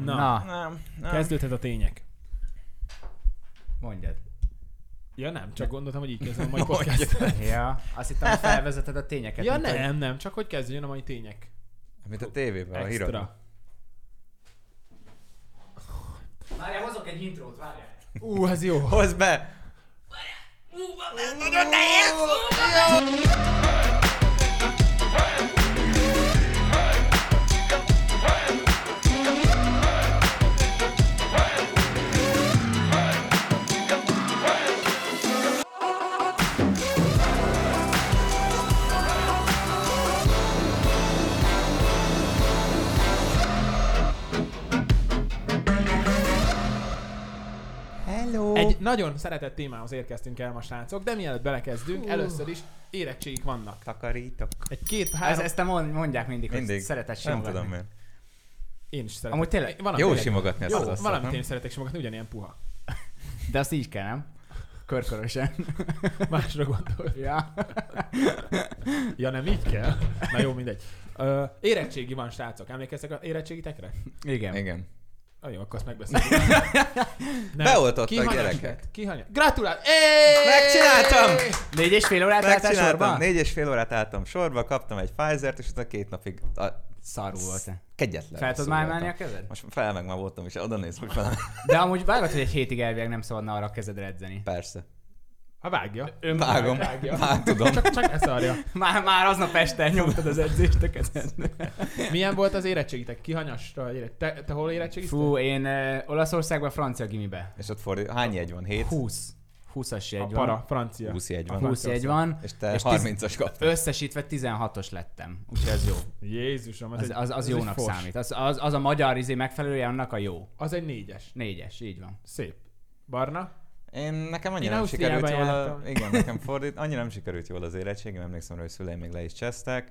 Na. Nem. Kezdődhet a tények. Mondjad. Ja nem, csak gondoltam, hogy így kezdem a mai podcast. Ja, azt hittem, hogy felvezeted a tényeket. Ja mint hogy- nem, csak hogy kezdődjön a mai tények. Mint a tévében, a hírok. Extra. Várjál, hozok egy intrót, várjál. Ez jó. Hozd be! Nagyon nehéz! Hello! Egy nagyon szeretett témához érkeztünk el ma, srácok, de mielőtt belekezdünk, először is érettségik vannak. Takarítok. Egy-két-három... Ezt mondják mindig, hogy Mindig. szereted Nem simogatni. tudom miért. Én is szeretek. Amúgy tényleg- Van, Jó tényleg- simogatni ezt Jó, az asztalt, valamit nem? én szeretek simogatni, ugyanilyen puha. De azt így kell, nem? Körkörösen. Másra gondol. Ja. Ja, nem így kell? Na jó, mindegy. Érettségi van, srácok. Emlékeztek az érettségitekre? Igen. Igen. Jó, akkor azt megbeszéljük. Beoltottak gyerekek. Gratulál! Megcsináltam! 4,5 órát álltál sorban? 4,5 órát álltam sorba, kaptam egy Pfizer-t, és utána 2 napig Szarul volt-e. kegyetlen. Fel tudod már emelni a kezed? Most fel meg már voltam, és oda néz, hogy fel. De amúgy vágod, hogy egy hétig elvileg nem szabadna arra a kezedre edzeni. Persze. Ha vágja. Vágom. Már tudom. Csak ne szarja. Már aznap este nyomtad az edzést a kezedre. Milyen volt az érettségitek? Ki hanyasra te hol érettségiztél? Fú, én Olaszországban francia gimibe. És ott hány jegy van? 7? 20. 20-as A jegy van. para, francia. 20 jegy van. 20 jegy van. És te És 30-as kaptál. Összesítve 16-os lettem. Úgyhogy ez jó. Jézusom, Az ez jónak egy fos. számít. Az a magyar megfelelője annak a jó. Az egy 4-es. 4-es, így van. Szép. Barna? Nekem Én annyira nem Ausztriában sikerült jól, jártam. igen, nekem fordít, annyira nem sikerült jól az érettségem, emlékszem, hogy szüleim még le is csesztek.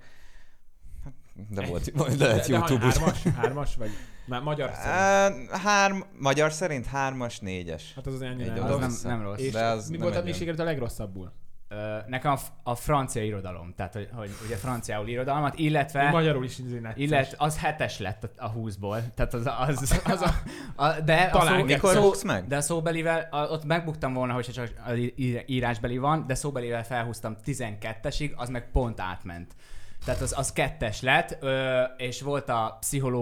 De volt lehet YouTube-os. Hármas vagy? Már magyar szerint. Magyar szerint 3-as, 4-es. Hát az annyira Egy nem oda rossz. vissza. nem rossz. És De az mi nem volt, egy ami olyan. sikerült a legrosszabbul? Nekem a francia irodalom, tehát hogy ugye franciául irodalmat, Én illetve magyarul is necces. az 7-es lett a 20-ból. Tehát de Talán Mikor buksz meg? De a szóbelivel, ott megbuktam volna, hogyha csak írásbeli van, de szóbelivel felhúztam 12-esig, az meg pont átment. Tehát az 2-es lett, és volt a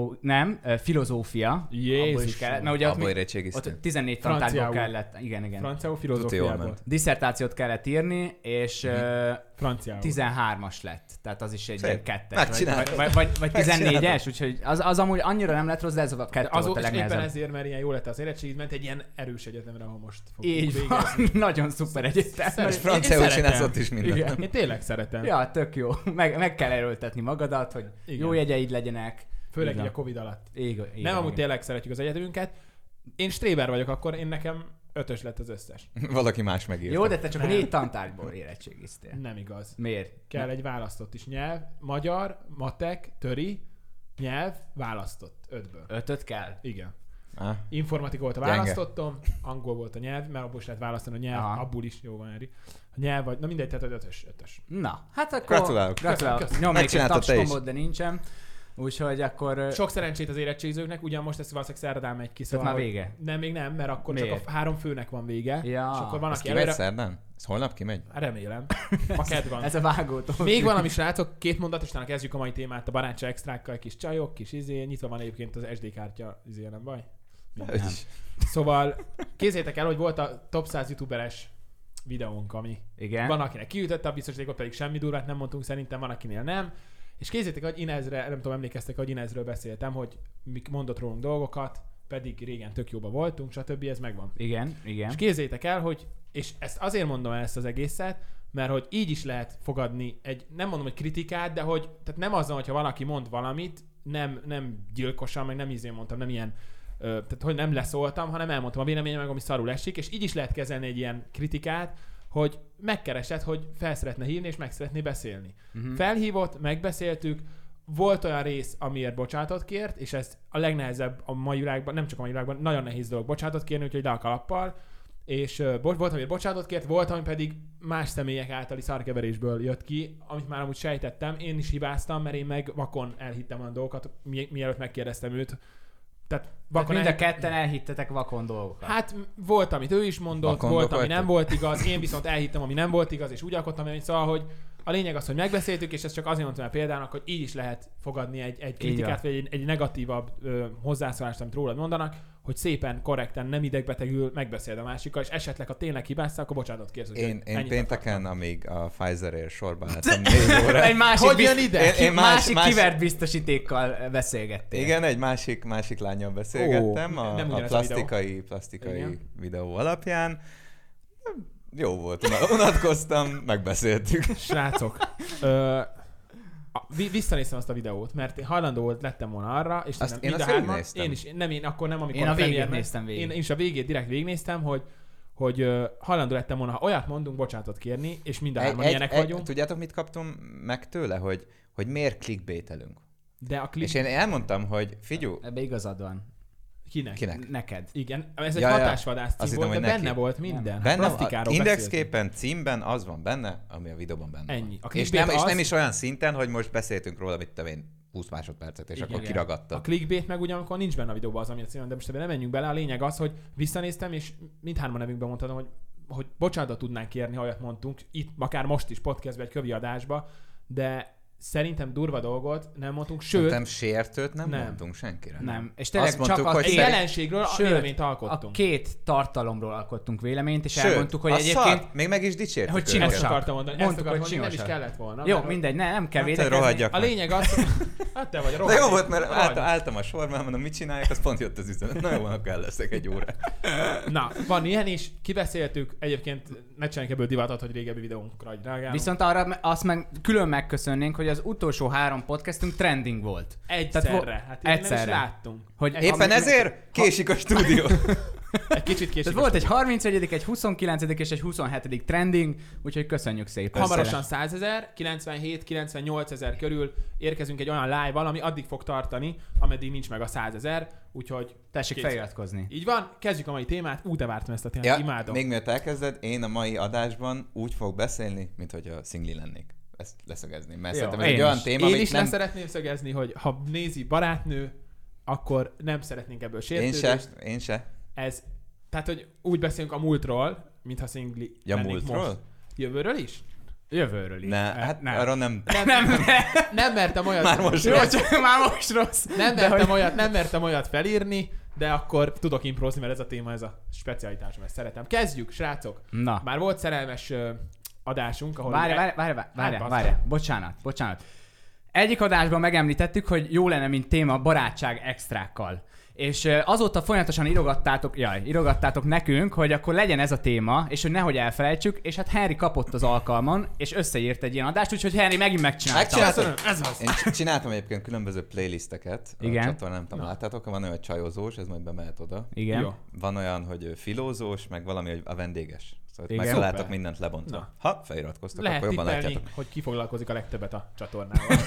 filozófia. Abból Jézus. is kellett, mert ugye Abból ott, érettségiztél. ott 14 Franciául. tantárgyból kellett, igen. Franciául, Tuti jól filozófiából. ment. Disszertációt kellett írni, és Franciául. 13-as lett. Tehát az is egy Szép. ilyen 2-es. Megcsináltad. Vagy Megcsináltad. 14-es, úgyhogy az amúgy annyira nem lett rossz, de ez a 2 volt a És éppen legnehezebb. ezért, mert ilyen jó lett az érettségid, ment egy ilyen erős egyetemre, ahol most fogunk Így van, végezni. nagyon szuper egyetem. És Én franciául szeretem. csinálsz ott is mindent. Igen. Én tényleg szeretem. Ja, tök jó. Meg kell erőltetni magadat, hogy Igen. jó jegyeid legyenek. Főleg Így így a van. Covid alatt. Igen, Nem, amúgy tényleg szeretjük az egyetemünket. Én stréber vagyok akkor, én nekem 5-ös lett az összes. Valaki más megírta. Jó, de te csak Nem. 4 tantárgyból érettségiztél. Nem igaz. Miért? Kell egy választott is. Nyelv, magyar, matek, töri, nyelv, választott. 5-ből. 5-öt kell? Igen. Ah, Informatika volt a Gyenge. választottom, angol volt a nyelv, mert abból is lehet választani a nyelv, Aha. abból is jó van, Eri. A nyelv vagy, na mindegy, tehát 5-ös. Na, hát akkor... Gratulálok. Köszönöm. Nyomnék egy Megcsináltad te is. tapskombot, de nincsen. Úgyhogy akkor... Sok szerencsét az érettségizőknek, ugyan most ezt valószínűleg szerdán megy ki, szóval... már hogy- vége? Nem, még nem, mert akkor Miért? csak a 3 főnek van vége. Ja. És akkor van, ez aki kimegy előre... szerdán? Ez holnap kimegy? Remélem. Ma kedd van. Ez a vágótól. Még valami, srácok, 2 mondat, és utána kezdjük a mai témát, a barátság extrákkal, kis csajok, kis nyitva van egyébként az SD kártya, nem baj? Hogy is. Szóval kézzétek el, hogy volt a top 100 youtuberes videónk, ami Igen. van, akinek kiütötte a biztosítékot, pedig semmi durvát nem mondtunk, szerintem van, akinél nem. És kézzétek, hogy Inezre, nem tudom, emlékeztek, hogy Inezről beszéltem, hogy mondott rólunk dolgokat, pedig régen tök jóba voltunk, stb. Ez megvan. Igen. És kézzétek el, hogy, és ezt azért mondom el ezt az egészet, mert hogy így is lehet fogadni egy, nem mondom, hogy kritikát, de hogy, tehát nem azzal, hogyha valaki mond valamit, nem gyilkosan, meg nem mondtam, nem ilyen, tehát hogy nem leszóltam, hanem elmondtam a véleményem, meg ami szarul esik, és így is lehet kezelni egy ilyen kritikát, hogy megkeresed, hogy fel szeretne hívni, és meg szeretné beszélni. Felhívott, megbeszéltük, volt olyan rész, amiért bocsánatot kért, és ez a legnehezebb a mai világban, nem csak a mai világban, nagyon nehéz dolog bocsánatot kérni, úgyhogy le a kalappal, és volt, amiért bocsánatot kért, volt, ami pedig más személyek általi szarkeverésből jött ki, amit már amúgy sejtettem, én is hibáztam, mert én meg vakon elhittem olyan dolgokat, mielőtt megkérdeztem őt, Tehát mind a ketten elhittetek vakon dolgokat. Hát volt, amit ő is mondott, volt, ami nem volt igaz, én viszont elhittem, ami nem volt igaz, és úgy alkottam, hogy szóval, hogy a lényeg az, hogy megbeszéltük, és ezt csak azért mondtam el példának, hogy így is lehet fogadni egy kritikát, vagy egy negatívabb hozzászólást, amit rólad mondanak, hogy szépen, korrekten, nem idegbetegül megbeszéld a másikkal, és esetleg, ha tényleg hibáztál, akkor bocsánatot kérsz. Én pénteken, amíg a Pfizerért sorba álltam 4 órát. Egy másik, hogy jön ide? Másik kivert biztosítékkal beszélgettél. Igen, egy másik lánnyal beszélgettem a plastikai videó alapján. Jó volt, unatkoztam, megbeszéltük. Srácok, visszanéztem azt a videót, mert hajlandó lettem volna arra, és én azt végignéztem. Én is, akkor nem, amikor én a végét néztem végig. Én is a végét direkt végignéztem, hogy hajlandó lettem volna, ha olyat mondunk, bocsánatot kérni, és mind a hárman ilyenek vagyunk. Tudjátok, mit kaptam meg tőle? Hogy miért clickbaitelünk? És én elmondtam, hogy figyelj. Ebbe igazad van. Kinek? Neked. Igen, ez egy hatásvadász cím volt, de benne volt minden. Benne indexképen, címben az van benne, ami a videóban benne Ennyi. van. És nem is olyan szinten, hogy most beszéltünk róla, mit tudom én, 20 másodpercet, és igen, akkor kiragadtad. A clickbait meg ugyanakkor nincs benne a videóban az, ami a címben, de most ebben nem menjünk bele. A lényeg az, hogy visszanéztem, és mindhárman nevünkben mondhatom, hogy bocsánatot tudnánk kérni, ha olyat mondtunk, itt, akár most is podcastben, egy kövi adásba, de szerintem durva dolgot nem mondtunk, sőt... Szerintem sértőt nem mondtunk senkire. Nem. És tényleg azt mondtuk, csak egy jelenségről a véleményt alkottunk. A két tartalomról alkottunk véleményt, és elmondtuk, hogy egyébként... még meg is dicsértük. Hogy csinos. Ezt akartam mondani. Mondtuk, hogy nem is kellett volna. Jó, mindegy, nem kell védekezni. A lényeg az, hogy... Hát te vagy, de jó volt, mert álltam a sorban, mondom, mit csinálják, az pont jött az üzenet. Na jó, akkor el leszek egy órát. Na, van ilyen is, kibeszéltük, egyébként ne csináljunk ebből divatot, hogy régebbi videónkra reagálunk. Viszont arra azt meg külön megköszönnénk, hogy az utolsó 3 podcastünk trending volt. Egyszerre. Hát egyszerre. Nem is láttunk. Hogy éppen ezért késik a stúdió. Egy kicsit késik. Tehát volt egy 31., egy 29. és egy 27. trending, úgyhogy köszönjük szépen. Hamarosan 100 000, 97-98 000 körül érkezünk egy olyan live-val, ami addig fog tartani, ameddig nincs meg a 100 000, úgyhogy tessék feliratkozni. Így van, kezdjük a mai témát. De vártam ezt a témát, imádom. Még mielőtt elkezded, én a mai adásban úgy fogok beszélni, mint hogy a szingli lennék. Ezt leszögezném, mert szerintem ez egy olyan téma, én is nem... szeretném szögezni, hogy ha nézi barátnő, akkor nem szeretnénk ebből sértődést. Én se. Ez, tehát, hogy úgy beszélünk a múltról, mintha szingli lennénk múltról? most. Jövőről is? Jövőről is. Hát nem. arra nem. Nem mertem olyat. Már most rossz. Nem mertem olyat felírni, de akkor tudok improzni, mert ez a téma, ez a specialitásom, ezt szeretem. Kezdjük, srácok. Na. Már volt szerelmes adásunk, ahol... Várj. Bocsánat. Egyik adásban megemlítettük, hogy jó lenne, mint téma barátság extrákkal. És azóta folyamatosan írogattátok nekünk, hogy akkor legyen ez a téma, és hogy nehogy elfelejtsük, és hát Henry kapott az alkalmon, és összeírt egy ilyen adást, úgyhogy Henry megint megcsinálta. Ez az. Én csináltam egyébként különböző playlisteket. Igen. A csatornán nem tudom, láttátok, van olyan csajozós, ez majd bemehet oda. Igen. Jó. Van olyan, hogy filózós, meg valami, hogy a vendéges. Szóval megtaláltak mindent lebontva. Na. Ha feliratkoztak, lehet akkor jobban tippelni, látjátok. hogy ki foglalkozik a legtöbbet a csatornával.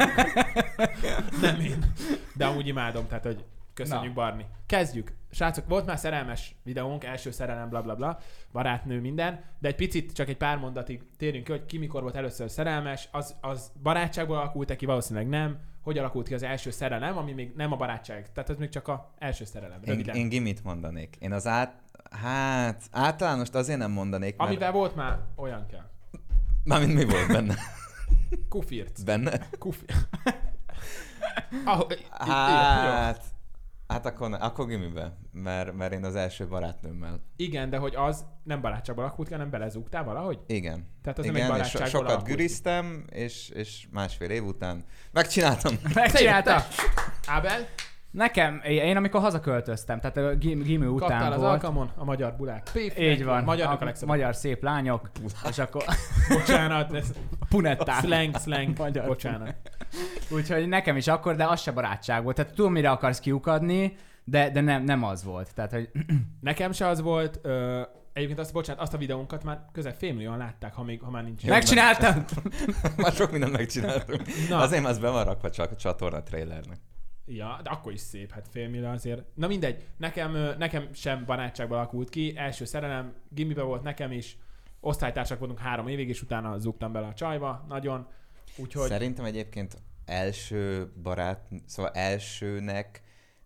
Nem én. De amúgy imádom, tehát hogy köszönjük, Barni. Kezdjük. Srácok, volt már szerelmes videónk, első szerelem, blablabla, barátnő, minden, de egy picit, csak egy pár mondatig térjünk ki, hogy ki mikor volt először szerelmes, az barátságból alakult ki, valószínűleg nem. Hogy alakult ki az első szerelem, ami még nem a barátság, tehát az még csak az első szerelem. Én gimit mondanék. Én az általánost azért nem mondanék, mert... Amivel volt már, olyan kell. Mármint mi volt benne? Kufirc. Benne? Hát akkor gimiben, mert én az első barátnőmmel. Igen, de hogy az nem barátságból alakult ki, hanem belezúgtál valahogy? Igen. Tehát az nem egy barátságból sokat güriztem, és másfél év után megcsináltam. Megcsinálta! Ábel? Nekem, én amikor hazaköltöztem, tehát a gimi után kaptál volt. Az alkalmon a magyar bulák. Így van, magyar szép lányok. És akkor... Bocsánat, ez punetták. Slang, magyar. Bocsánat. Úgyhogy nekem is akkor, de az se barátság volt. Tehát tudom, mire akarsz kiukadni, de nem az volt. Tehát, hogy... Nekem se az volt. Egyébként azt a videónkat már közel 5 millióan látták, ha már nincs. Megcsináltam! Már sok mindent megcsináltunk. Azért az be van rakva csak a csatorna trailernek. Ja, de akkor is szép, hát 5 millió azért. Na mindegy, nekem sem barátságban alakult ki, első szerelem, gimibe volt nekem is, osztálytársak voltunk 3 évig, és utána zúgtam bele a csajba, nagyon, úgyhogy... Szerintem egyébként első barát, szóval elsőnek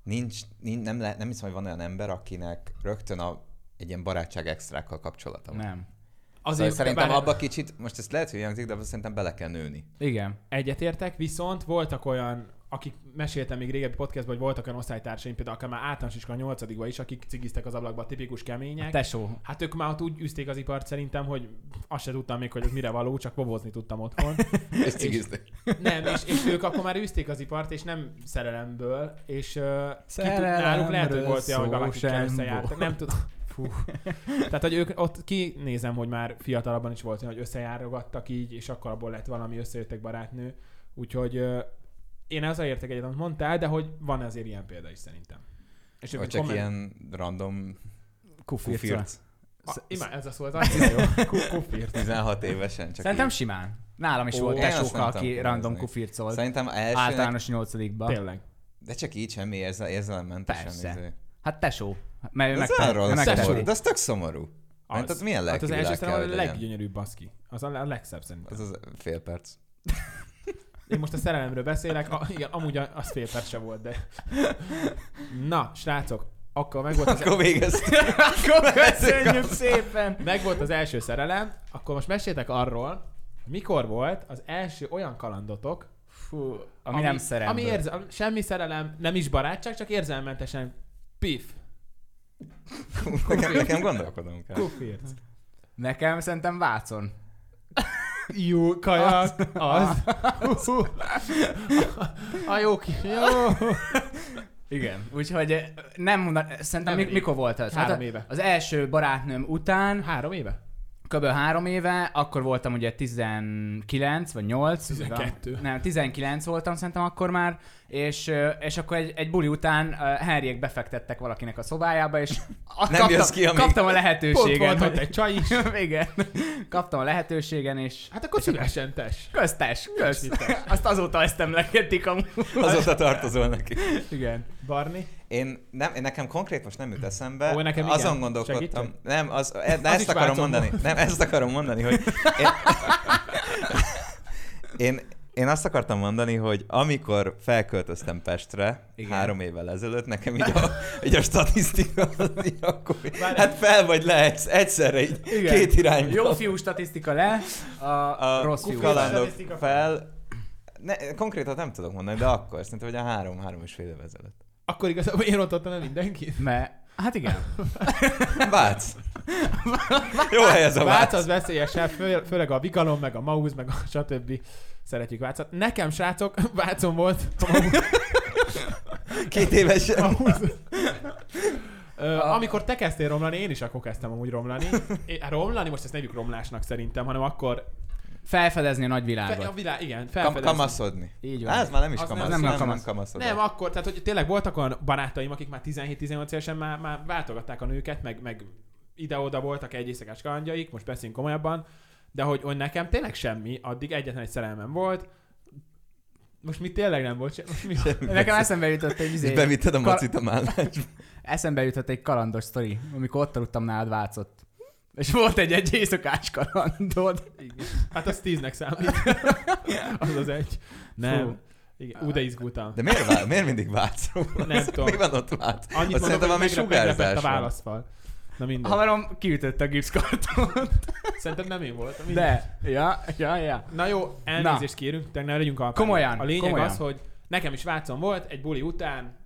nem hiszem, hogy van olyan ember, akinek rögtön egy ilyen barátság extrákkal kapcsolata van. Nem. Azért szerintem abba kicsit, most ezt lehet, hogy hangzik, de szerintem bele kell nőni. Igen. Egyetértek, viszont voltak olyan, akik meséltem még régebbi podcastban, hogy voltak olyan osztálytársaim, például akár már általános iskola 8-ba is, akik cigiztek az ablakba, tipikus kemények. Tesó. Hát ők már ott úgy üzték az ipart szerintem, hogy azt se tudtam még, hogy ez mire való, csak bobozni tudtam otthon. És cigiztek. Nem, és ők akkor már üzték az ipart, és nem szerelemből, és náluk lehet, hogy volt olyan, hogy valakikkel összejártak. Nem tudom. Fú. Tehát, hogy ők ott kinézem, hogy már fiatalabban is volt olyan, hogy összejárogattak így, és akkor abból lett valami, összejöttek barátnő. Úgyhogy én ezzel értek egyet, amit mondtál, de hogy van azért ilyen példa is szerintem. És vagy csak ilyen random kufirc. Ez a szó az annyira jó. Kufirt. 16 évesen csak szerintem így. Simán. Nálam is volt tesóka, aki random kufircolt. Szerintem általános 8-ba. Tényleg. De csak így semmi érzelemmentesen. Persze. Hát tesó. Mert de az tök szomorú. Az milyen lelki az első szerintem a leggyönyörűbb baszki. Az a legszebb szerintem. Az fél perc. Én most a szerelemről beszélek, igen, amúgy az fél perc se volt, de... Na, srácok, akkor megvolt az... Akkor végeztük. Akkor köszönjük szépen! Megvolt az első szerelem, akkor most meséltek arról, mikor volt az első olyan kalandotok, ami nem szerelem. Semmi szerelem, nem is barátság, csak érzelmentesen pif. Nekem gondolkodom kell. Kufirc. Nekem szerintem Vácon. Jó, kajak, az. A jó kis, jó. Igen, úgyhogy nem mondom, szerintem mikor volt ez? 3 éve. Az első barátnőm után. 3 éve? Kb. 3 éve, akkor voltam ugye 19 vagy 8. 12. Nem, 19 voltam szerintem akkor már, és akkor egy buli után Henryék befektettek valakinek a szobájába, és kaptam a lehetőségen. Pont volt egy csaj is. Igen. Kaptam a lehetőségen, és... Hát akkor szívesen tess. Köztes. Azt azóta ezt emlegetik amúgy. Azóta tartozol neki. Igen. Barni? Én nekem konkrét most nem jut eszembe. Ó, nekem azon igen. gondolkodtam. Segítek? Nem, ezt akarom mondani. Nem, ezt akarom mondani, hogy én azt akartam mondani, hogy amikor felköltöztem Pestre, igen. 3 évvel ezelőtt, nekem így a statisztika akkor, hát fel vagy le egyszerre így igen. Két irányba. Jó fiú statisztika le, a rossz fiú statisztika fel. Konkrétan nem tudok mondani, de akkor szerintem, hogy a 3,5 év ezelőtt. Akkor igazából én rontottam el mindenkit? Hát igen. Vác. Jó hely ez a Vác. Vác az veszélyesebb, főleg a Vigalom, meg a Mauz, meg a stb. Szeretjük Vácot. Nekem, srácok, Vácon volt a Mauz. 2 évesen. Amikor te kezdtél romlani, én is akkor kezdtem amúgy romlani. Romlani, most ezt ne hívjuk romlásnak szerintem, hanem akkor... Felfedezni a nagyvilágot. Igen, felfedezni. Kamaszodni. Így van. Ez már nem is kamaszodni. Nem, akkor, tehát hogy tényleg voltak olyan barátaim, akik már 17-18 évesen már váltogatták a nőket, meg ide-oda voltak egy éjszakás kalandjaik, most beszélünk komolyabban, de hogy nekem tényleg semmi, addig egyetlen egy szerelmem volt. Most mi tényleg nem volt semmi. Nekem eszembe jutott egy bevitted a macit a mállásba. Eszembe jutott egy kalandos sztori, amikor ott aludtam nálad Vácot. És volt egy éjszakás kalandod. Igen. Hát az 10-nek számít. Az egy. Nem. Igen. De izgultam. De miért mindig Vácról? Nem tudom. Mi van ott Vác? Annyit mondom, hogy megrepett a válaszfal. Na mindegy. Haverom kiütötte a gipszkartont. Szerintem nem én voltam. De. Ja. Na jó, elnézést kérünk, de ne legyünk alapján. Komolyan. A lényeg az, hogy nekem is Vácon volt, egy buli után,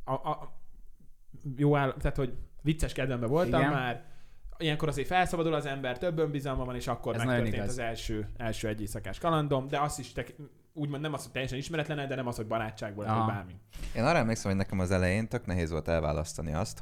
tehát hogy vicces kedvemben voltam igen. Már. Ilyenkor azért felszabadul az ember, több önbizalma van, és akkor ez megtörtént az első egy éjszakás kalandom, de azt is úgymond nem az, hogy teljesen ismeretlen, de nem az, hogy barátságból, vagy bármi. Én arra emlékszem, hogy nekem az elején tök nehéz volt elválasztani azt,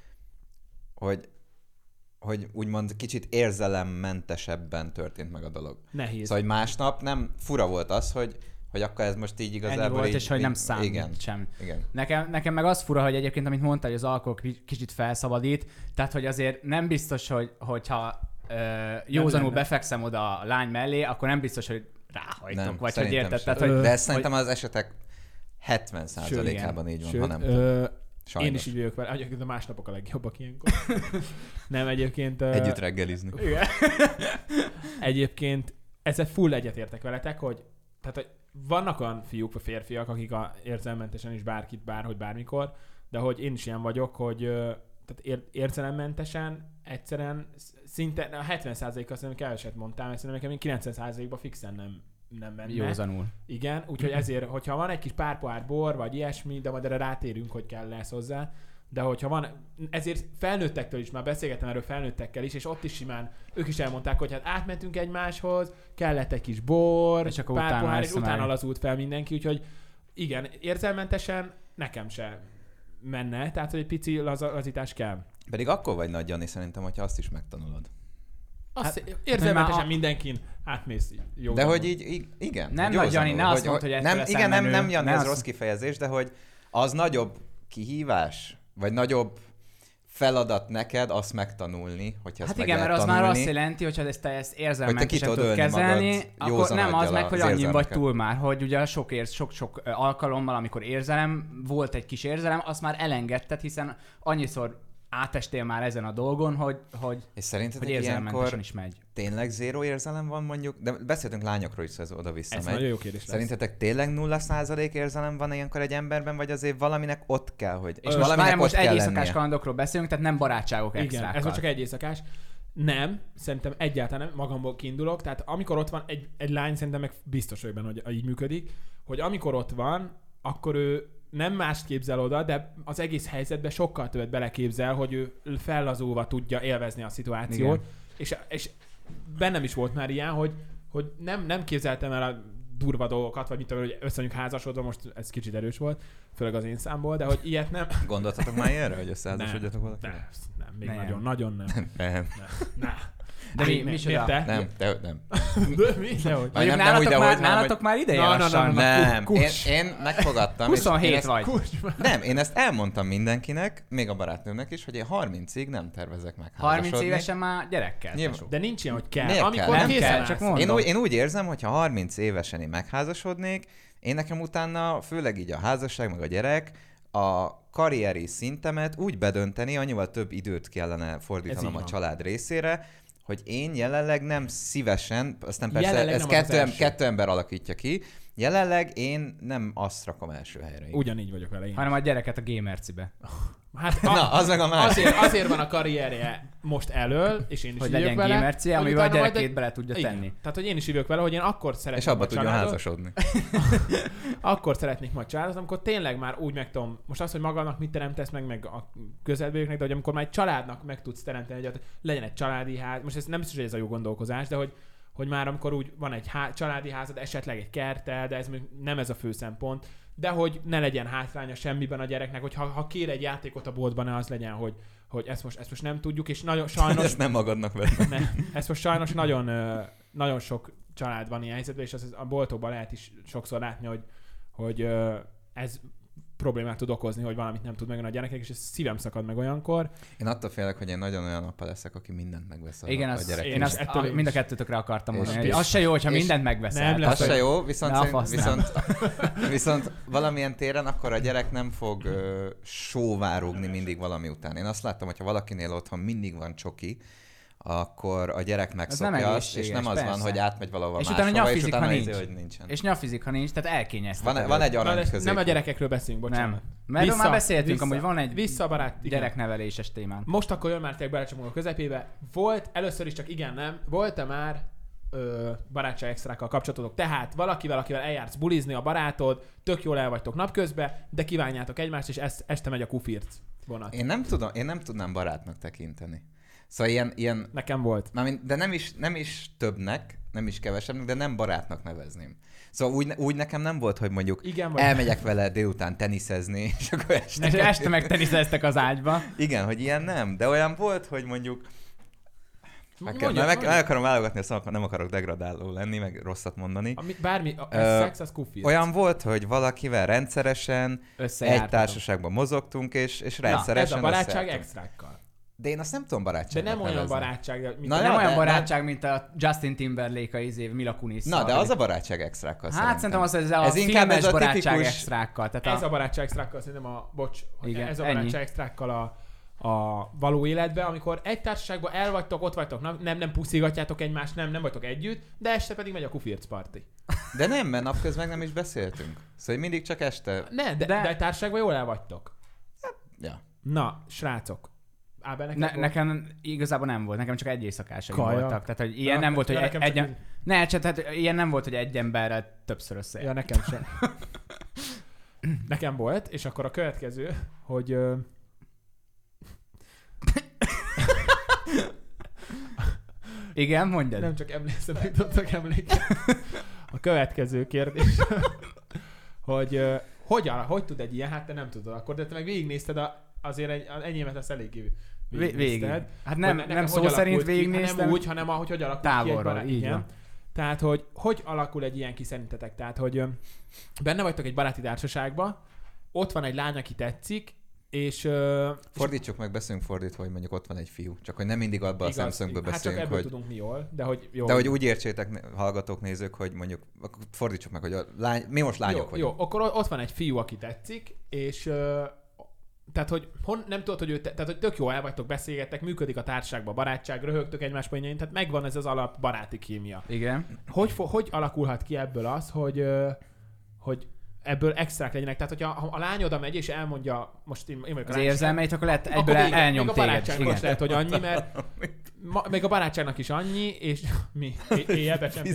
hogy úgymond kicsit érzelemmentesebben történt meg a dolog. Nehéz. Szóval, hogy másnap nem fura volt az, hogy akkor ez most így igazából... Ennyi volt, így, és hogy nem számít sem. Igen. Nekem meg az fura, hogy egyébként, amit mondtál, hogy az alkohol kicsit felszabadít, tehát, hogy azért nem biztos, hogyha józanul befekszem oda a lány mellé, akkor nem biztos, hogy ráhajtok, nem, vagy hogy érted. Tehát, de ez szerintem az esetek 70%-ában így van, ha nem tudom. Sajnos. Én is így vagyok vele. Egyébként a másnapok a legjobbak ilyenkor. Nem, egyébként... Együtt reggelizni. Egyébként ezzel full egyetértek veletek, hogy vannak olyan fiúk vagy férfiak, akik érzelmentesen is bárkit, bárhogy, bármikor, de hogy én is ilyen vagyok, hogy tehát érzelemmentesen egyszerűen szinte a 70%-kal szerintem keveset mondtál, mert szerintem nekem 90%-ban fixen nem menne. Józanul. Igen, úgyhogy ezért, hogyha van egy kis pár pohár bor, vagy ilyesmi, de majd erre rátérünk, hogy kell lesz hozzá, de hogyha van, ezért felnőttektől is, már beszélgettem erről felnőttekkel is, és ott is simán, ők is elmondták, hogy hát átmentünk egymáshoz, kellett egy kis bor, és akkor pár pohár, és utána utána lazult fel mindenki, úgyhogy igen, érzelmentesen nekem se menne, tehát hogy egy pici lazítás kell. Pedig akkor vagy nagy, Jani, szerintem, hogyha azt is megtanulod. Érzelmetesen mindenkin átmész jó. De hogy így igen. Nem nagy Jani, ne azt mondd, hogy nem Jani, ez rossz kifejezés, de hogy az nagyobb kihívás, vagy nagyobb feladat neked azt megtanulni, hogyha ezt hát igen, mert az tanulni, már azt jelenti, hogyha te ezt érzelmentesen tudod kezelni, akkor nem az meg, hogy annyi vagy túl már, hogy ugye sok alkalommal, amikor volt egy kis érzelem, azt már elengedted, hiszen annyiszor átestél már ezen a dolgon, hogy érzelmentesen is megy. Tényleg zéró érzelem van mondjuk? De beszéltünk lányokról is, ez oda-vissza megy. Ez nagyon jó kérdés lesz. Szerintetek tényleg 0% érzelem van ilyenkor egy emberben, vagy azért valaminek ott kell, hogy... És most egy éjszakás kalandokról beszélünk, tehát nem barátságok extrákkal. Igen, ez most csak egy éjszakás. Nem, szerintem egyáltalán nem, magamból kiindulok. Tehát amikor ott van egy lány, szerintem meg biztos vagyok benne, hogy így működik, hogy amikor ott van, akkor ő nem mást képzel oda, de az egész helyzetben sokkal többet beleképzel, hogy ő fellazulva tudja élvezni a szituációt. És bennem is volt már ilyen, hogy nem képzeltem el a durva dolgokat, vagy mit tudom, hogy összenyük házasodva, most ez kicsit erős volt, főleg az én számból, de hogy ilyet nem. Gondoltatok már ilyenre, hogy összeházasodjatok valakivel? Nem, még nagyon nem. Nem. De mi te? Nem. De mi? Dehogy. Nálatok már ideje lassan. Nem. Én megfogadtam. 27 vagy. Nem, én ezt elmondtam mindenkinek, még a barátnőmnek is, hogy én 30-ig nem tervezek meg 30 évesen már gyerekkel. De nincs ilyen, hogy kell. Miért amikor nem kell, csak mondom. Én úgy érzem, hogy ha 30 évesen én megházasodnék, én nekem utána, főleg így a házasság, meg a gyerek, a karrieri szintemet úgy bedönteni, annyival több időt kellene fordítanom a család részére, hogy én jelenleg nem szívesen, aztán persze jelenleg ez kettő ember alakítja ki, jelenleg én nem azt rakom első helyre. Ugyanígy vagyok vele én. Hanem a gyereket a gamercibe. Hát na, az meg a másik. Azért van a karrierje most elől, és én is hogy legyen gamerci, amivel a gyerekét bele tudja tenni. Tehát, hogy én is ívjuk vele, hogy én akkor szeretnék és abba tudja házasodni. Akkor szeretnék majd családot, amikor tényleg már úgy meg tudom, most az, hogy magadnak mit teremtesz meg a közelbőjüknek, de hogy amikor már egy családnak meg tudsz teremteni, hogy legyen egy családi ház, most ez nem biztos, hogy ez a jó gondolkozás, de hogy már amikor úgy van egy családi házad, esetleg egy kerttel, de ez nem ez a fő szempont, de hogy ne legyen hátránya semmiben a gyereknek, hogy ha kér egy játékot a boltban, ne az legyen, hogy ezt most nem tudjuk, és nagyon sajnos... ezt nem magadnak venni. Ezt most sajnos nagyon sok család van ilyen helyzetben, és a boltokban lehet is sokszor látni, hogy ez problémát tud okozni, hogy valamit nem tud megvenni a gyerekek, és ez szívem szakad meg olyankor. Én attól félek, hogy én nagyon olyan apa leszek, aki mindent megvesz a gyerekek. Én azt mind a kettőtökre akartam mondani. Az se jó, hogyha mindent megveszel. Az se jó, viszont valamilyen téren akkor a gyerek nem fog sóvá rúgni mindig valami után. Én azt láttam, hogyha valakinél otthon mindig van csoki, akkor a gyerek megszokja azt, és nem az van, hogy átmegy valahova máshova, és utána nézi, hogy nincsen. És nyafizik, ha nincs, tehát elkényezteted. Van egy arany közép. Nem a gyerekekről beszélünk, bocsánat. Nem. Mert már beszéltünk, amúgy van egy gyerekneveléses témán. Most akkor jön már tényleg belecsomog a közepébe. Volt, először is csak igen, nem, volt-e már barátság extrákkal kapcsolatotok? Tehát valakivel eljársz bulizni a barátod, tök jól el vagytok napközben, de kívánjátok egymást, és este megy a kufirc vonat. Én nem tudnám barátnak tekinteni. Szóval ilyen... Nekem volt. De nem is többnek, nem is kevesebbnek, de nem barátnak nevezném. Szóval úgy nekem nem volt, hogy mondjuk elmegyek vele délután teniszezni, és akkor este meg teniszeztek az ágyba. Igen, hogy ilyen nem, de olyan volt, hogy mondjuk meg akarom válogatni a szavakat, nem akarok degradáló lenni, meg rosszat mondani. Szex az kufirc. Olyan volt, hogy valakivel rendszeresen egy társaságban mozogtunk, és rendszeresen ez a barátság extrákkal. De én azt nem tudom barátságnak De nem olyan barátság, nem olyan barátság, mint a Justin Timberlake, a Mila Kunis. Na, de az a barátság extrákkal szerintem az a filmes barátság extrákkal. Ez a barátság extrákkal szerintem ez a barátság extrákkal a való életben, amikor egy társaságban el vagytok, ott vagytok, nem puszigatjátok egymást, nem vagytok együtt, de este pedig megy a kufirc party. De nem, mert napközben nem is beszéltünk. Szóval mindig csak este. De egy társaságban jól el vagytok. Ja. Na, srácok. Ábel, Nekem igazából nem volt, nekem csak egy éjszakásaim Kajak. voltak. Tehát, hogy ilyen nem volt, hogy ilyen nem volt, hogy egy emberrel többször összejött. Ja, nekem sem. Nekem volt, és akkor a következő, hogy... Igen, mondjad. Nem csak emlékszem, hogy tudtak emlékezni. A következő kérdés, hogy tud egy ilyen, hát te nem tudod akkor, de te meg végignézted azért az enyémet azt eléggé végig. Hát nem szó szerint végignéztem. Nem úgy, hanem ahogy alakult távolról, ki egy barát. így Igen. van. Tehát, hogy alakul egy ilyen ki szerintetek? Tehát, hogy benne vagytok egy baráti társaságban, ott van egy lány, aki tetszik, és... Fordítsuk meg, beszélünk fordítva, hogy mondjuk ott van egy fiú. Csak hogy nem mindig abban a szemszögből beszélünk, hát csak ebből hogy... tudunk mi jól, de hogy jó. De hogy úgy értsétek, hallgatók, nézők, hogy mondjuk fordítsuk meg, hogy mi most lányok vagyunk. Jó, akkor ott van egy fiú, aki tetszik, és tehát, hogy nem tudod, hogy tehát, hogy tök jó el vagytok, beszélgettek, működik a társaságban, a barátság, röhögtök egymás poénjain, tehát megvan ez az alap baráti kémia. Igen. Hogy alakulhat ki ebből az, hogy ebből extrák legyenek? Tehát, hogyha a lány oda megy és elmondja, most én vagyok az érzelmeit, akkor lehet egyből akkor elnyom még a téged. barátságnak is lehet, hogy annyi, mert még a barátságnak is annyi, és mi? Éjjelbe sem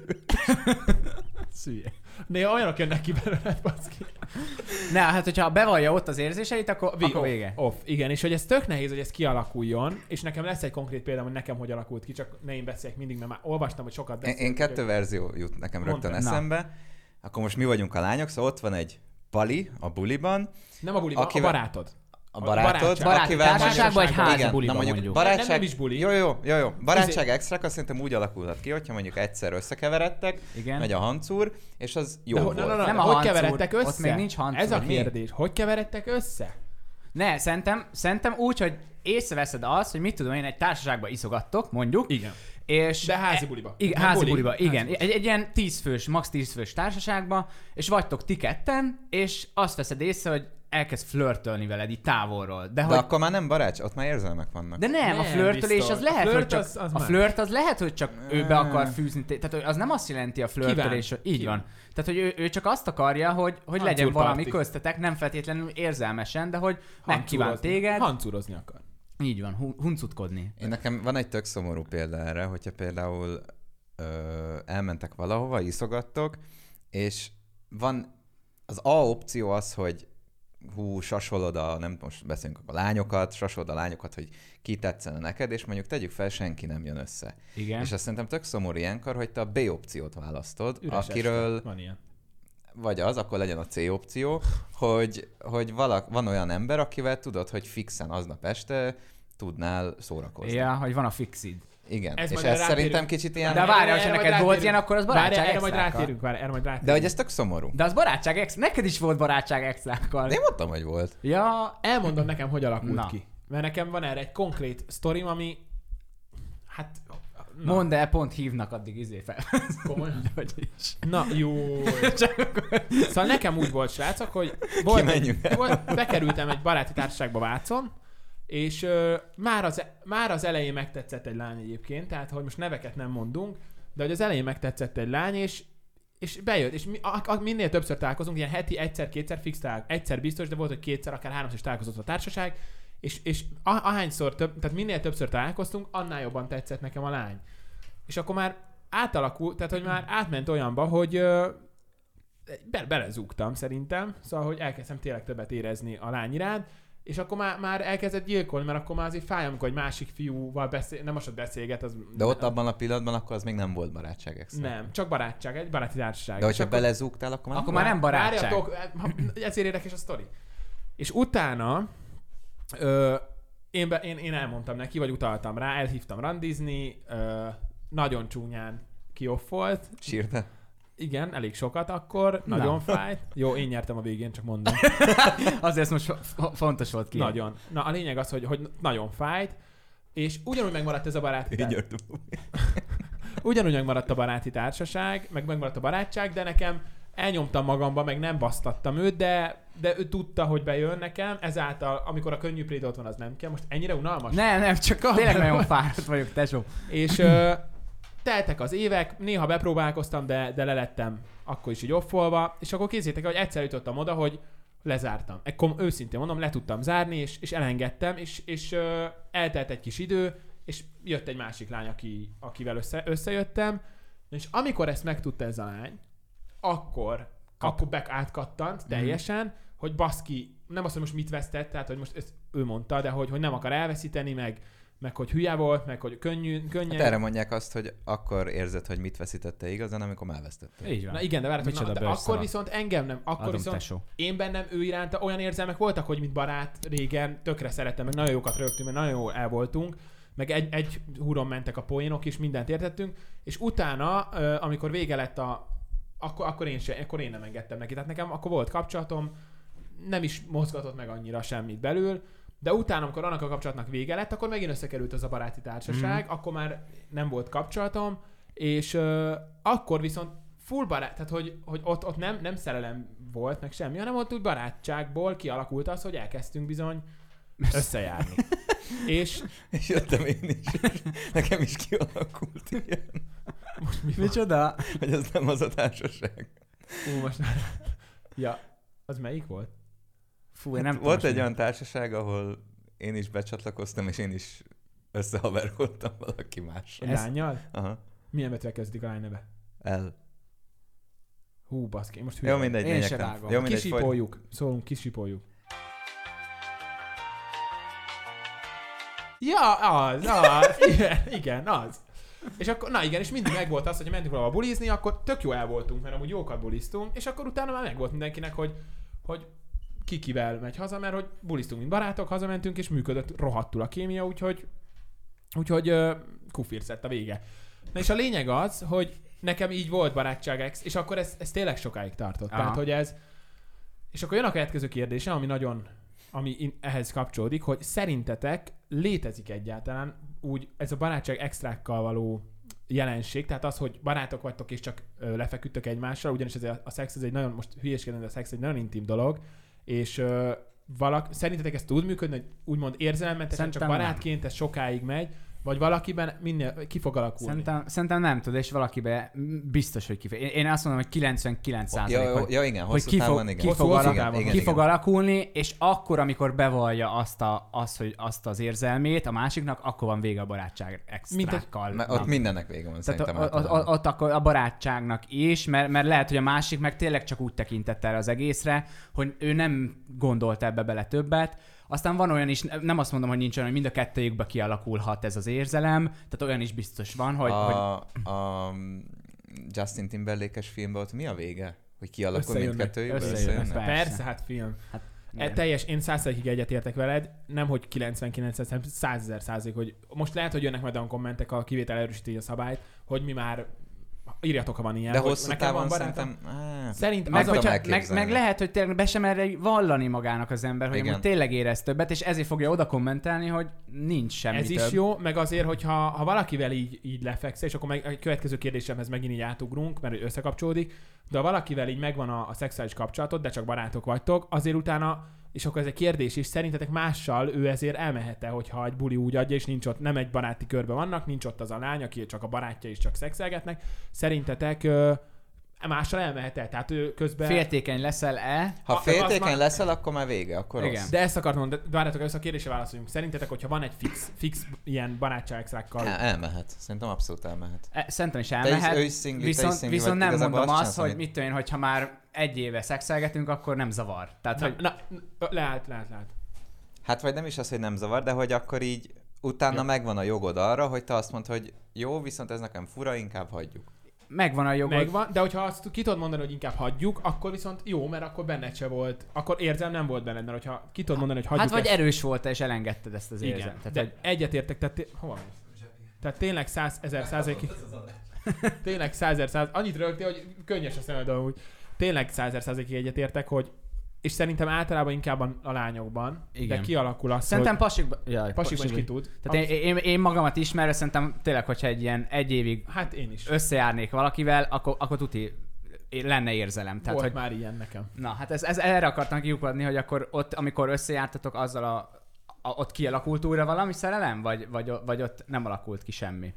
szülye. Néha olyanok jönnek ki belőled, baszki. Ne, hát hogyha bevallja ott az érzéseit, akkor vége. Off. Igen, és hogy ez tök nehéz, hogy ez kialakuljon, és nekem lesz egy konkrét példám, hogy nekem hogy alakult ki, csak ne én beszéljek mindig, mert már olvastam, hogy sokat beszélek. Én 2 verzió jut nekem rögtön eszembe. Akkor most mi vagyunk a lányok, szóval ott van egy pali a buliban. Nem a buliban, a barátod. A barátod, baráti társaságban, egy házi igen, buliban mondjuk. Barátság, nem is buli. Jó. Barátság extrák, azt szerintem úgy alakulhat ki, hogyha mondjuk egyszer összekeveredtek, igen. megy a hancúr, és az jó volt. Nem a hogy keveredtek össze? Ott még nincs hancúr. Ez a kérdés. Hogy keveredtek össze? Ne, szerintem úgy, hogy észreveszed azt, hogy mit tudom én, egy társaságban iszogattok, mondjuk. Igen. És de házi buliba. Igen, házi buliba, igen. Egy ilyen 10 fős, max 10 fős társaságban, és vagytok ti ketten, és azt veszed észre, hogy elkezd flörtölni veled így távolról. De akkor már nem barátság, ott már érzelmek vannak. De nem, a flörtölés az lehet, hogy csak... A flirt az lehet, hogy csak ő be akar fűzni. Tehát az nem azt jelenti a flörtölés, hogy így van. Tehát, hogy ő csak azt akarja, hogy legyen valami köztetek, nem feltétlenül érzelmesen, de hogy megkíván téged. Hancúrozni akar. Így van, huncutkodni. Nekem van egy tök szomorú példa erre, hogyha például elmentek valahova, iszogattok, és van az A opció az, hogy sasolod nem most beszélünk a lányokat, sasolod a lányokat, hogy ki tetszene neked, és mondjuk tegyük fel, senki nem jön össze. Igen. És azt szerintem tök szomorú ilyenkor, hogy te a B opciót választod, üres akiről... Este. Van ilyen. Vagy akkor legyen a C opció, hogy van olyan ember, akivel tudod, hogy fixen aznap este tudnál szórakozni. Ja, hogy van a fixid. Igen, és ez szerintem kicsit ilyen... De várjál, ha neked volt ilyen, akkor az barátság erre majd rátérünk. De hogy ez tök szomorú. De az barátság extra. Neked is volt barátság extrákkal. Én mondtam, hogy volt. Ja. Elmondom nekem, hogy alakult ki. Mert nekem van erre egy konkrét sztorim, ami... Hát... Mondd el, pont hívnak addig fel. Komolyan? Na, jó. Szóval nekem úgy volt, srácok, hogy bekerültem egy baráti társaságba Vácon, és már az elején megtetszett egy lány egyébként, tehát hogy most neveket nem mondunk, de hogy az elején megtetszett egy lány, és bejött, és minél többször találkozunk, ilyen heti egyszer-kétszer fix egyszer biztos, de volt, hogy kétszer, akár háromszor is találkozott a társaság, és ahányszor tehát minél többször találkoztunk, annál jobban tetszett nekem a lány. És akkor már átalakult, tehát hogy már átment olyanba, hogy belezúgtam szerintem, szóval hogy elkezdtem tényleg többet érezni a lány iránt, és akkor már elkezdett gyilkolni, mert akkor már azért fáj, amikor egy másik fiúval nem most beszélget. De ott abban a pillanatban akkor az még nem volt barátság extra. Nem, csak barátság, egy baráti társaság. De hogyha belezúgtál, akkor már nem barátság. Ezért érdekes a sztori. És utána én elmondtam neki, vagy utaltam rá, elhívtam randizni, nagyon csúnyán kioffolt. Sírta? Igen, elég sokat akkor, nagyon fájt. Jó, én nyertem a végén, csak mondom. Azért most fontos volt ki. Nagyon. Na, a lényeg az, hogy nagyon fájt, és ugyanúgy megmaradt ez a baráti társaság. Ugyanúgy megmaradt a baráti társaság, meg megmaradt a barátság, de nekem elnyomtam magamba, meg nem basztattam őt, de ő tudta, hogy bejön nekem, ezáltal, amikor a könnyű préda ott van, az nem kell. Most ennyire unalmas? Nem, csak tényleg nagyon fáradt vagyok, tesó. És teltek az évek, néha bepróbálkoztam, de lelettem akkor is így offolva, és akkor kézzétek, hogy egyszer jutottam oda, hogy lezártam. Ekkor őszintén mondom, le tudtam zárni, és elengedtem, és eltelt egy kis idő, és jött egy másik lány, akivel összejöttem, és amikor ezt megtudta ez a lány, akkor átkattant teljesen, hogy baszki, nem azt, hogy most mit vesztett, tehát hogy most ezt ő mondta, de hogy nem akar elveszíteni, meg hogy hülye volt, meg hogy könnyen. Hát erre mondják azt, hogy akkor érzed, hogy mit veszítette igazán, amikor már elvesztette. Így van. Na igen, de várjátok, de akkor viszont engem nem, akkor viszont tesó. én bennem ő iránta olyan érzelmek voltak, hogy mint barát régen, tökre szerettem, meg nagyon jókat rögtünk, meg nagyon jól el voltunk, meg egy húron mentek a poénok, és mindent értettünk, és utána, amikor vége lett akkor én nem engedtem neki. Tehát nekem akkor volt kapcsolatom, nem is mozgatott meg annyira semmit belül, de utána, amikor annak a kapcsolatnak vége lett, akkor megint összekerült az a baráti társaság, akkor már nem volt kapcsolatom, és akkor viszont full barát, tehát hogy ott nem szerelem volt, meg semmi, hanem ott úgy barátságból kialakult az, hogy elkezdtünk bizony összejárni. és jöttem én is. Nekem is kialakult ilyen. Most mi Micsoda? Hogy az nem az a társaság. Most már... Ja, az melyik volt? Fú, én nem tudom. Volt egy olyan társaság, ahol én is becsatlakoztam, és én is összehaverkodtam valaki mással. Lánnyal? Aha. Milyen betűvel kezdődik a lány neve? El. Hú, baszki, most hülye. Jó, mindegy. Én se lényegtelen. vágom. Jó, mindegy, Kisipoljuk. Szólunk, kisipoljuk. Ja, az. Igen, az. És akkor, na igen, és mindig megvolt az, hogy mentünk valahol bulizni, akkor tök jó el voltunk, mert amúgy jókat buliztunk, és akkor utána már megvolt mindenkinek, hogy kivel megy haza, mert hogy buliztunk, mint barátok, hazamentünk, és működött rohadtul a kémia, úgyhogy kufirc lett a vége. Na és a lényeg az, hogy nekem így volt barátság és akkor ez tényleg sokáig tartott. Aha. Tehát, hogy ez... És akkor jön a következő kérdése, ami ehhez kapcsolódik, hogy szerintetek létezik egyáltalán úgy ez a barátság extrákkal való jelenség, tehát az, hogy barátok vagytok és csak lefeküdtök egymással, ugyanis a szex ez egy nagyon, most hülyéskedem, de a szex egy nagyon intim dolog, és szerintetek ez tud működni, hogy úgymond érzelemmentesen csak barátként ez sokáig megy, vagy valakiben ki fog alakulni? Szerintem nem tud, és valakiben biztos, hogy Én azt mondom, hogy 99%, ja, igen, hogy ki fog alakulni, és akkor, amikor bevallja hogy azt az érzelmét a másiknak, akkor van vége a barátság extrákkal. Ott mindennek vége van, tehát szerintem. ott akkor a barátságnak is, mert lehet, hogy a másik meg tényleg csak úgy tekintett erre az egészre, hogy ő nem gondolt ebbe bele többet. Aztán van olyan is, nem azt mondom, hogy nincs olyan, hogy mind a kettőjükbe kialakulhat ez az érzelem, tehát olyan is biztos van, hogy... A Justin Timberlake-es filmben ott mi a vége? Hogy kialakul mindkettőjükbe? Összejönnek. Persze, hát film. Teljes, én 100%-ig egyetértek veled, nem hogy 99%, hanem 100,000%, hogy most lehet, hogy jönnek majd a kommentek, a kivétel erősíti a szabályt, hogy mi már írjatok, ha van ilyen. De hosszú távon szerintem... Meg lehet, hogy tényleg be sem erre vallani magának az ember, hogy amúgy tényleg érez többet, és ezért fogja oda kommentelni, hogy nincs semmi ez több. is jó, meg azért, hogyha valakivel így lefekszel, és akkor a következő kérdésemhez megint így átugrunk, mert összekapcsolódik, de ha valakivel így megvan a szexuális kapcsolatod, de csak barátok vagytok, azért utána, és akkor ez egy kérdés is, szerintetek mással ő ezért elmehet-e, hogyha egy buli úgy adja, és nincs ott, nem egy baráti körben vannak, nincs ott az a lány, aki csak a barátja és csak szexelgetnek, szerintetek mással elmehet-e? Tehát ő közben... Féltékeny leszel-e? Ha féltékeny leszel, akkor már vége, akkor igen. rossz. De ezt akartam mondani, várjátok, ezt a kérdésre válaszoljunk. Szerintetek, hogyha van egy fix ilyen barátság extrákkal... Elmehet. Szerintem abszolút elmehet. Szerintem is elmehet. Viszont nem mondom azt, hogy mit tudom én, hogyha már egy éve szexelgetünk, akkor nem zavar. Tehát, lehet. Hát vagy nem is az, hogy nem zavar, de hogy akkor így utána megvan a jogod arra, hogy te azt mondod, hogy jó, viszont ez nekem fura, inkább hagyjuk. Megvan a jogod. Megvan, de hogyha azt ki tudod mondani, hogy inkább hagyjuk, akkor viszont jó, mert akkor benned se volt. Akkor érzem nem volt benned, mert hogyha ki tudod mondani, hogy hagyjuk. Hát vagy erős volt és elengedted ezt az érzelmet. Igen, tehát egyetértek, tehát hova mész? Tehát tényleg 100,000%-ig. Tényleg 100,000%. Annyit rögtél, hogy könnyes a szemed amúgy. Tényleg 100,000%-ig egyetértek, hogy és szerintem általában inkább a lányokban, igen. De kialakul az, szerintem hogy... Pasikban is ki tud. Tehát én magamat ismerve, szerintem tényleg, hogyha egy évig hát én is összejárnék valakivel, akkor tuti lenne érzelem. Tehát, volt már ilyen nekem. Na, hát ez erre akartam kiukadni, hogy akkor ott, amikor összejártatok, azzal ott kialakult újra valami szerelem? Vagy ott nem alakult ki semmi?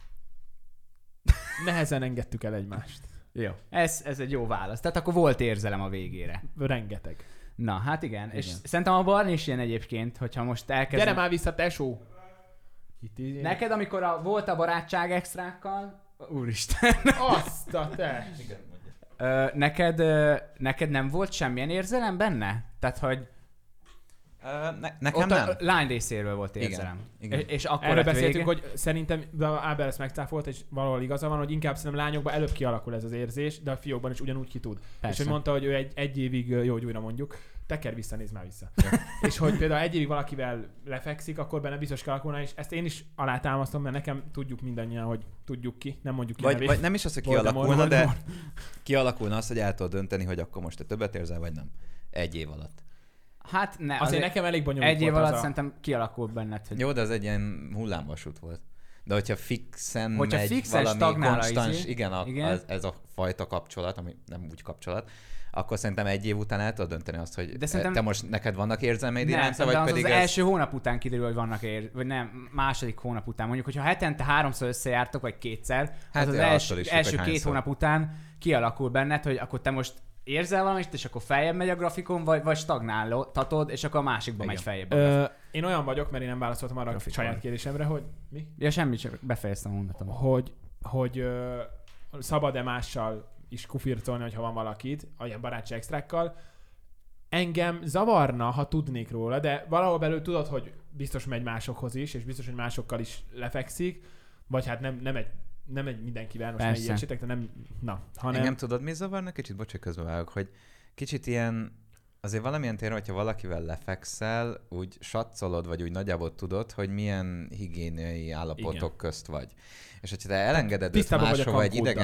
Nehezen engedtük el egymást. Jó. Ez egy jó válasz. Tehát akkor volt érzelem a végére. Rengeteg. Na, hát igen. És szerintem a Barni is ilyen egyébként, hogyha most elkezdem... Gyere már vissza, tesó! Neked, amikor volt a barátság extrákkal... Úristen! Azt a te! Neked nem volt semmilyen érzelem benne? Tehát, hogy... Nekem ott nem. A lány részéről volt érzelem. Igen. És akkor erről beszéltünk, vége... hogy szerintem Ábel ezt megcáfolt, és valahol igaza van, hogy inkább szerintem lányokban előbb kialakul ez az érzés, de a fiókban is ugyanúgy ki tud. Persze. És hogy mondta, hogy ő egy évig, jó, hogy újra mondjuk, teker vissza, nézd már vissza. És hogy például egy évig valakivel lefekszik, akkor benne biztos kialakulna, és ezt én is alátámasztom, mert nekem tudjuk mindannyian, hogy tudjuk ki, nem mondjuk ki vagy nem is az, hogy kialakulna, de kialakulna az, hogy el tudod dönteni, hogy akkor most te többet érzel, vagy nem. Egy év alatt. Hát ne, azért nekem elég bonyolult egy év volt alatt szerintem kialakul benned. Hogy... Jó, de az egy ilyen hullámvasút volt. De hogyha fixen hogyha megy fixen valami konstans, igen. Ez a fajta kapcsolat, ami nem úgy kapcsolat, akkor szerintem egy év után el tudod dönteni azt, hogy te most neked vannak érzelmeid iránta, vagy pedig az első hónap után kiderül, hogy vannak vagy nem, második hónap után. Mondjuk, hogyha hetente 3-szor összejártok, vagy 2-szer, hát az első 2 hónap után kialakul benned, hogy akkor te most érzel valamit, és akkor feljebb megy a grafikon, vagy stagnáltatod, és akkor a másikba megy feljebb. Én olyan vagyok, mert én nem válaszoltam arra a saját kérdésemre, hogy mi? Ja, semmi, csak befejeztem a mondatom. Hogy szabad-e mással is kufircolni, hogyha van valakit, olyan barátság extrákkal. Engem zavarna, ha tudnék róla, de valahol belül tudod, hogy biztos megy másokhoz is, és biztos, hogy másokkal is lefekszik, vagy hát nem egy mindenkivel, most ne ilyesítek, de nem, hanem... Engem tudod, mi zavarna? Kicsit, bocsánat, közbevágok, hogy kicsit ilyen, azért valamilyen téren, hogyha valakivel lefekszel, úgy satszolod, vagy úgy nagyjából tudod, hogy milyen higiéniai állapotok közt vagy. És hogyha te elengeded őt máshova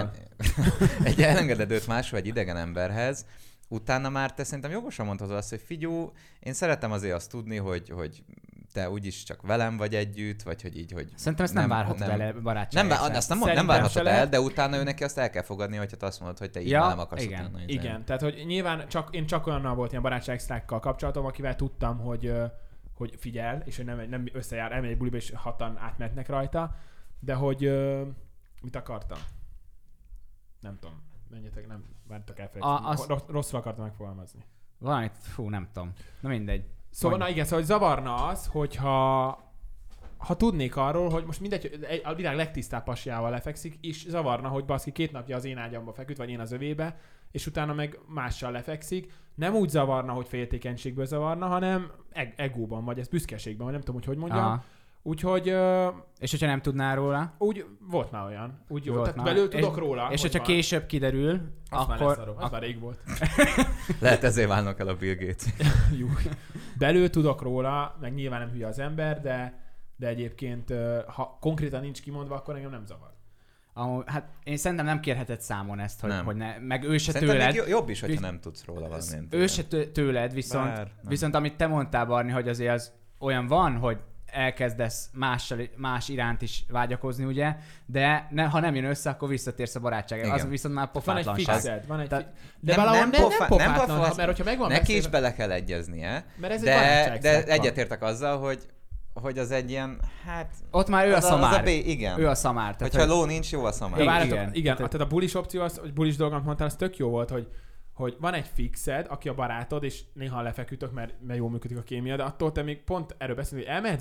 egy idegen emberhez, utána már te szerintem jogosan mondhatod azt, hogy figyú, én szeretem azért azt tudni, hogy te úgyis csak velem vagy együtt, vagy hogy így, hogy... Szerintem ezt nem várhatod el barátságért. Azt nem várhatod el, de utána ő neki azt el kell fogadni, hogyha te azt mondod, hogy te így nem akarsz igen. utána. Igen, tehát hogy nyilván én csak olyannal volt ilyen barátság extrákkal kapcsolatom, akivel tudtam, hogy figyel, és hogy nem összejár, elmegy egy buliba, és hatan átmentnek rajta, de hogy mit akartam? Nem tudom. Menjetek, nem, vártok elfelejteni. Rosszul akartam megfogalmazni. Valamit, nem tudom. Na mindegy. Szóval, na igen, szóval hogy zavarna az, hogyha tudnék arról, hogy most mindegy, a világ legtisztább pasiával lefekszik, és zavarna, hogy baszki 2 napja az én ágyamba feküdt, vagy én az övébe, és utána meg mással lefekszik. Nem úgy zavarna, hogy féltékenységből zavarna, hanem egóban, vagy ez büszkeségben, vagy nem tudom, hogy mondjam. Aha. Úgyhogy... És hogyha nem tudnál róla? Úgy volt már olyan. Úgy jó. Tehát belül tudok róla. És hogyha később kiderül, akkor... Az már rég volt. Lehet ezért válnak el a Bill Gates. Belül tudok róla, meg nyilván nem hülye az ember, de egyébként, ha konkrétan nincs kimondva, akkor engem nem zavar. Hát én szerintem nem kérheted számon ezt, hogy ne, meg ő se szerintem tőled. Még jobb is, hogyha nem tudsz róla valamilyen. Ő se tőled, viszont amit te mondtál, Barni, hogy azért az olyan van, hogy elkezdesz más iránt is vágyakozni, ugye, de ha nem jön össze, akkor visszatérsz a barátságra. Az viszont már pofátlanság. Van egy fixed, de valahol nem pofátlan, mert hogyha megvan neki is bele kell egyeznie, mert ez de egyetértek azzal, hogy az egy ilyen, hát... Ott már ő a szamár. Igen. Ő a szamár. Hogyha ló nincs, jó a szamár. Igen. Tehát a bulis opció, vagy bulis dolgot mondtál, az tök jó volt, hogy van egy fixed, aki a barátod, és néha lefeküdtök, mert jól működik a kémia, de attól te még pont erről beszélni, hogy elmehetsz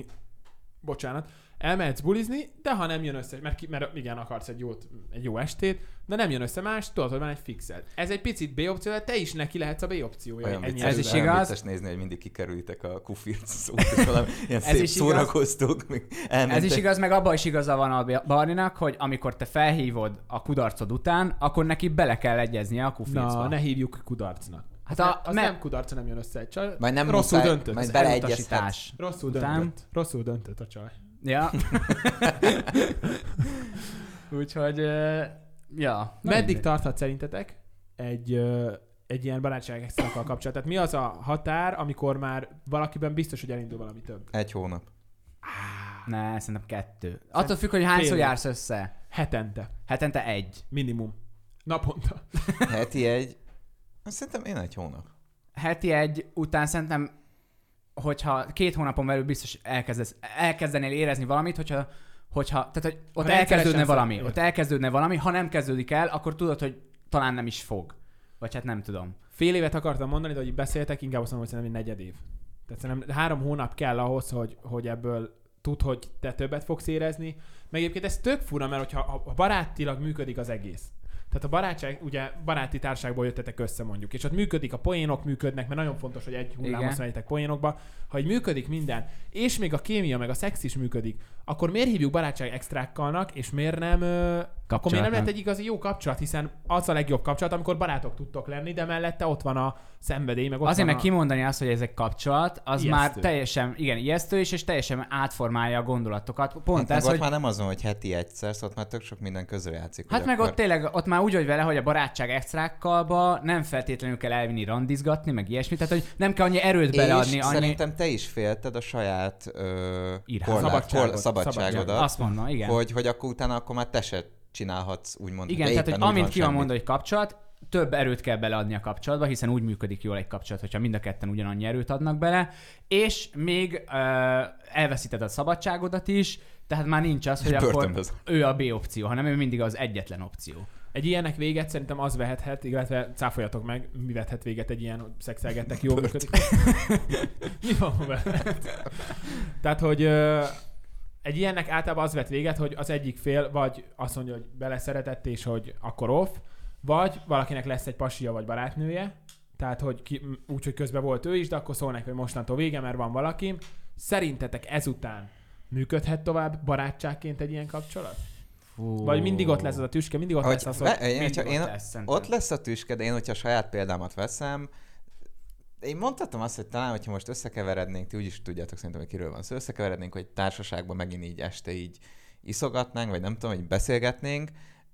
bulizni, de ha nem jön össze, mert igen, akarsz egy jó estét, de nem jön össze más, tudod, hogy van egy fixed. Ez egy picit B opció, de te is neki lehetsz a B opciója. Olyan ez is igaz. Vicces nézni, hogy mindig kikerültek a kufirt szót, és valami ilyen szép szórakoztók. Ez is igaz, meg abban is igaza van a Barninak, hogy amikor te felhívod a kudarcod után, akkor neki bele kell egyeznie a kufircba. Na, ne hívjuk kudarcnak. Hát nem kudarca, nem jön össze egy csaj. Majd nem rosszul döntött. Majd beleegyezhetsz. Rosszul döntött a csaj. Ja. Úgyhogy, ja. Meddig tarthat szerintetek egy ilyen barátság extrákkal kapcsolat? Tehát mi az a határ, amikor már valakiben biztos, hogy elindul valami több? 1 hónap. Ne, szerintem 2. Attól függ, hogy hányszor jársz össze. Hetente. Hetente 1. Minimum. Naponta. Heti 1. Szerintem én 1 hónap. Heti 1 után szerintem, hogyha 2 hónapon belül biztos elkezdenél érezni valamit, hogyha tehát, hogy ott elkezdődne valami, ha nem kezdődik el, akkor tudod, hogy talán nem is fog. Vagy hát nem tudom. Fél évet akartam mondani, de hogy beszéltek, inkább azt mondom, hogy szerintem egy 4 év. Tehát szerintem 3 hónap kell ahhoz, hogy ebből tud, hogy te többet fogsz érezni. Meg egyébként ez tök fura, mert hogyha barátilag működik az egész. Tehát a barátság, ugye baráti társaságból jöttetek össze mondjuk, és ott működik, a poénok működnek, mert nagyon fontos, hogy egy hullámhoz menjetek poénokba. Ha így működik minden, és még a kémia, meg a szex is működik, akkor miért hívjuk barátság extrákkalnak, és miért nem... Akkor miért nem lehet egy igazi jó kapcsolat, hiszen az a legjobb kapcsolat, amikor barátok tudtok lenni, de mellette ott van a szenvedély, meg ott azért van meg kimondani azt, hogy ez egy kapcsolat, az ijesztő. már teljesen, igen, ijesztő is, és teljesen átformálja a gondolatokat. Pont hát ez, ott hogy... már nem azon, hogy heti egyszer, szóval már tök sok minden közrejátszik. Hát meg akkor... ott tényleg, ott már úgy vagy vele, hogy a barátság extrákkalba nem feltétlenül kell elvinni randizgatni, meg ilyesmi, tehát hogy nem kell annyi erőt beleadni. És szerintem te is félted a saját szabadságodat. Azt mondom, igen. Hogy akkor utána akkor már te se csinálhatsz, úgymond. Igen, tehát hogy amint ki van mondva, hogy kapcsolat, több erőt kell beleadni a kapcsolatba, hiszen úgy működik jól egy kapcsolat, hogyha mind a ketten ugyanannyi erőt adnak bele, és még elveszíted a szabadságodat is, tehát már nincs az, hogy akkor ő a B opció, hanem ő mindig az egyetlen opció. Egy ilyenek véget szerintem az vehethet, illetve cáfoljatok meg, mi vethet véget egy ilyen szexelgettek jól működik. Mi van vele? Tehát, hogy egy ilyennek általában az vet véget, hogy az egyik fél vagy azt mondja, hogy beleszeretett és hogy akkor off, vagy valakinek lesz egy pasia vagy barátnője, tehát hogy úgy, hogy közben volt ő is, de akkor szól neki, hogy mostantól vége, mert van valaki. Szerintetek ezután működhet tovább barátságként egy ilyen kapcsolat? Vagy mindig ott lesz az a tüske, mindig ott lesz az, hogy ott lesz a tüske, de én, hogyha saját példámat veszem, én mondhatom azt, hogy talán, hogyha most összekeverednénk, ti úgyis tudjátok szerintem, hogy kiről van szó, összekeverednénk, hogy társaságban megint így este így iszogatnánk, vagy nem tudom, hogy beszélgetnénk,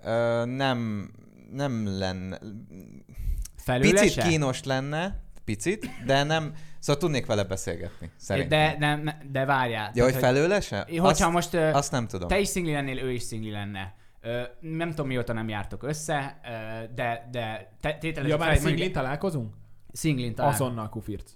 nem lenne... Felülese? Picit kínos lenne, de nem... Szóval tudnék vele beszélgetni, szerintem. De várjál. Ja, hogy felőlese? Hogyha most azt nem tudom. Te is szingli lennél, ő is szingli lenne. Nem tudom, mióta nem jártok össze, de tételezzük ja, már szinglin találkozunk? Szinglin találkozunk. Azonnal kufirc.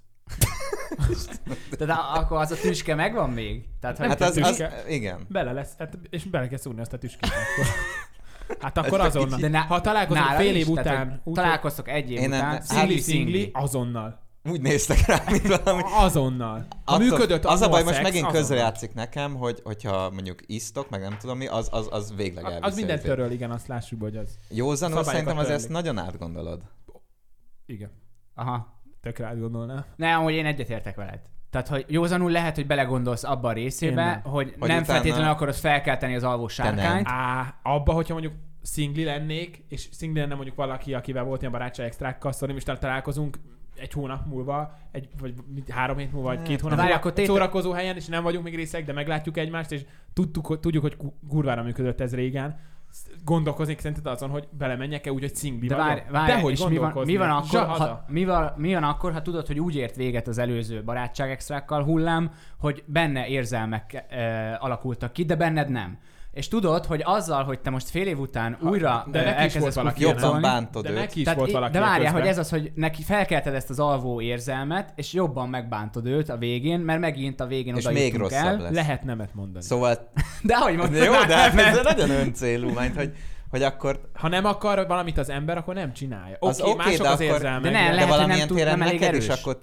Tehát akkor az a tüske megvan még? Tehát, hát az igen. Bele lesz, és bele kell szúrni azt a tüskét. Hát akkor azonnal. De ha találkozunk fél év után... Találkoztok egy év után, szingli, azonnal. Úgy néztek rá, mint valami. Azonnal. Működött az a baj, most megint közrejátszik nekem, hogyha mondjuk isztok, meg nem tudom mi, az végleg elviszi. Az mindent töröl, igen, azt lássuk, hogy az. Józanul szerintem az ezt nagyon átgondolod. Igen. Aha. Tökre átgondolnál. Nem, hogy én egyetértek veled. Tehát, hogy józanul lehet, hogy belegondolsz abba a részébe, hogy nem feltétlenül akarod felkelteni az alvó sárkányt. Abba, hogyha mondjuk szingli lennék, és szingli lenne mondjuk valaki, akivel volt ilyen barátság extrákkal, szóval nem is találkozunk egy hónap múlva, vagy 3 hét múlva, vagy 2 hónap múlva egy szórakozó helyen, és nem vagyunk még részek, de meglátjuk egymást, és tudjuk, hogy kurvára működött ez régen. Gondolkoznék szerinted azon, hogy belemenjek-e úgy, hogy szingli vagyok. De hogy mi van akkor, ha tudod, hogy úgy ért véget az előző barátság extrákkal hullám, hogy benne érzelmek alakultak ki, de benned nem. És tudod, hogy azzal, hogy te most fél év után újra elkezdesz valaki jobban bántod őt. Neki is volt valaki. De várjál, hogy ez az, hogy neki felkelted ezt az alvó érzelmet, és jobban megbántod őt a végén, mert megint a végén oda jutunk el. Lesz. Lehet nemet mondani. Szóval... De ahogy mondod, jó, de ez nagyon öncélú, hogy akkor... Ha nem akar valamit az ember, akkor nem csinálja. Oké, mások de az érzelmek. De valamilyen téren neked is akkor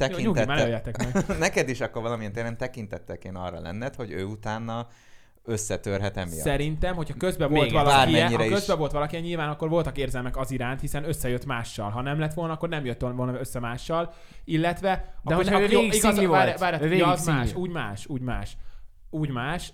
neked is akkor valamilyen téren tekintettel kéne arra lenned, hogy ő utána összetörhet emiatt. Szerintem, hogyha közben volt valaki, nyilván akkor voltak érzelmek az iránt, hiszen összejött mással. Ha nem lett volna, akkor nem jött volna össze mással. Illetve... De hogyha ő végig szingli volt. Úgy más.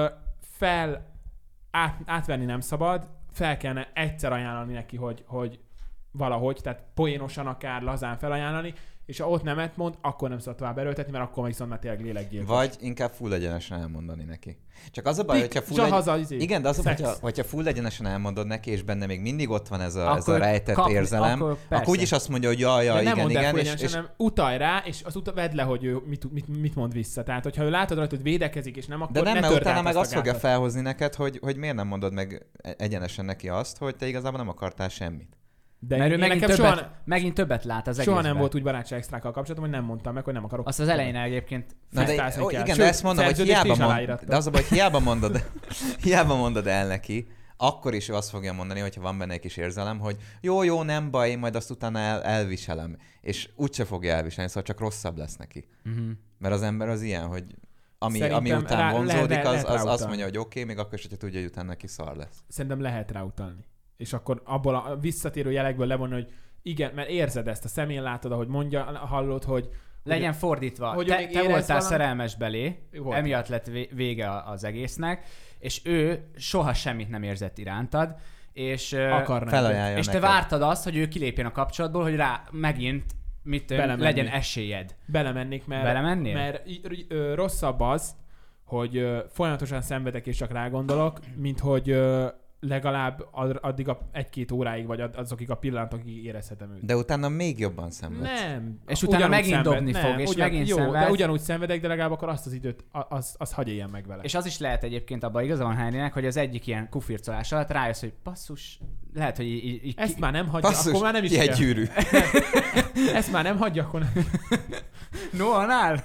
Átvenni nem szabad. Fel kellene egyszer ajánlani neki, hogy valahogy, tehát poénosan akár lazán felajánlani, és ha ott nemet mond, akkor nem szabad tovább erőltetni, mert akkor viszont már tényleg lélekgyilkos. Vagy inkább full egyenesen elmondani neki. Csak az a baj, hogyha full egyenesen elmondod neki, és benne még mindig ott van ez a rejtett érzelem, akkor úgyis azt mondja, hogy igen. És utalj rá, és az vedd le, hogy ő mit mond vissza. Tehát, hogyha ő látod rajta, hogy védekezik, és nem, akkor de nem, ne mert utána meg azt fogja felhozni neked, hogy miért nem mondod meg egyenesen neki azt, hogy te igazából nem akartál semmit. De mert ő megint többet lát az egészben. Soha nem volt úgy barátság extrákkal kapcsolatom, hogy nem mondtam meg, hogy nem akarok. Azt az elején egyébként igen, de ezt mondom, hogy hiába de az a baj, hogy hiába mondod el neki, akkor is ő azt fogja mondani, hogyha van benne egy kis érzelem, hogy jó, nem baj, én majd azt utána elviselem. És úgyse fogja elviselni, szóval csak rosszabb lesz neki. Mert az ember az ilyen, hogy ami után vonzódik, az azt mondja, hogy oké, még akkor is, hogyha tudja, hogy utána neki szar lesz. Szerintem lehet rá utalni. És akkor abból a visszatérő jelekből levonni, hogy igen, mert érzed ezt, a szemén látod, ahogy mondja, hallod, hogy legyen fordítva. Hogy te voltál szerelmes belé, emiatt lett vége az egésznek, és ő soha semmit nem érzett irántad, és te vártad azt, hogy ő kilépjen a kapcsolatból, hogy rá megint legyen esélyed. Belemennék, mert rosszabb az, hogy folyamatosan szenvedek és csak rá gondolok, mint hogy legalább addig a 1-2 óráig, vagy azokig a pillanatokig érezhetem őt. De utána még jobban szenvedsz. Nem. És utána megint dobni fog, és megint jó, szenvedsz. de ugyanúgy szenvedek, de legalább akkor azt az időt, az hagyj éljen meg vele. És az is lehet egyébként abban igaza van Henrynek, hogy az egyik ilyen kufircolás alatt rájössz, hogy basszus, lehet, hogy így ezt már nem hagyja, basszus, akkor már nem is kell. gyűrű. Ezt már nem hagyja, akkor nem. No, annál?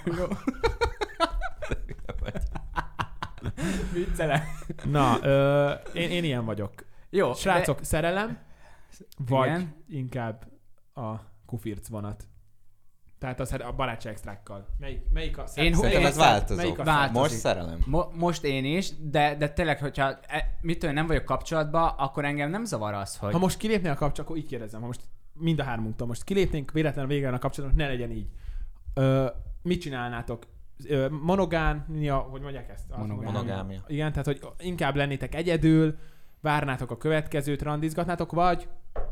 Viccelek. Na, én ilyen vagyok. Jó. Srácok, szerelem, vagy igen. inkább a kufirc vonat. Tehát az a barátság extrákkal. Melyik a szerintem ez változó. Most szerelem. Most én is, de tényleg, hogyha mitől nem vagyok kapcsolatban, akkor engem nem zavar az, hogy... Ha most kilépnél a kapcsolatban, akkor így kérdezem, ha most mind a hármunktól most kilépnénk véletlenül végre a kapcsolatban, ne legyen így. Mit csinálnátok? Monogámia, hogy mondják ezt? Monogámia. Igen, tehát hogy inkább lennétek egyedül, várnátok a következőt, randizgatnátok, vagy...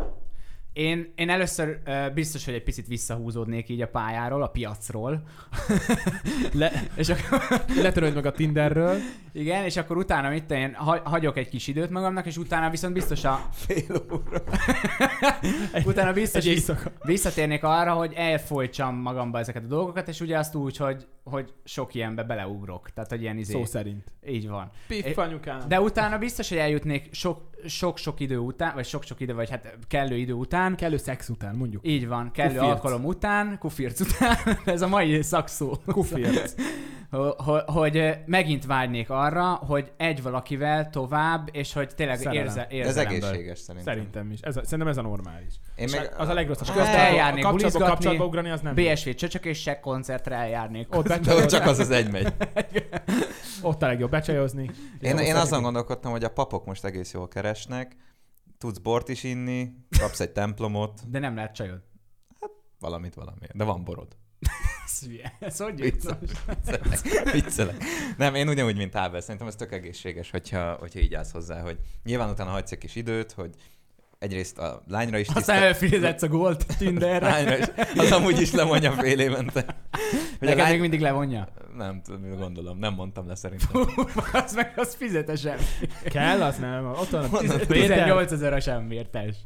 Én először biztos, hogy egy picit visszahúzódnék így a pályáról, a piacról. És akkor letöröld meg a Tinderről. Igen, és akkor utána én hagyok egy kis időt magamnak, és utána viszont biztos fél óra. Utána biztos visszatérnék arra, hogy elfolytsam magamba ezeket a dolgokat, és ugye azt úgy, hogy sok ilyenbe beleugrok. Tehát, hogy ilyen Szó szerint. Így van. Piff anyukám. De utána biztos, hogy eljutnék sok idő után, vagy sok idő, vagy hát kellő idő után. Kellő szex után, mondjuk. Így van, kellő alkalom után, kufirc után. Ez a mai szakszó. Kufirc. hogy megint vágynék arra, hogy egy valakivel tovább, és hogy tényleg érzelemből. Ez egészséges szerintem is. Szerintem ez a normális. Az a legrosszabb. És közben eljárnék kapcsolatba ugrani, az nem. BSV csöcsökéssek koncertre eljárnék. De csak az egy megy. Ott a legjobb becsajozni. Én azon gondolkodtam, hogy a papok most egész jól keresnek, tudsz bort is inni, kapsz egy templomot. De nem lehet csajod. Hát valami, de van borod. Ez hogy viccelek. Nem, én ugyanúgy, mint Ábel. Szerintem ez tök egészséges, hogyha így állsz hozzá, hogy nyilván utána hagysz egy kis időt, hogy egyrészt a lányra is aztán elfizetsz a gólt Tinderre. Az amúgy is levonja fél évente. Neked még mindig levonja? Nem tudom, gondolom. Nem mondtam le szerintem. Az fizetesen. Kell, az nem. Ott van a 18 000 a semmértes.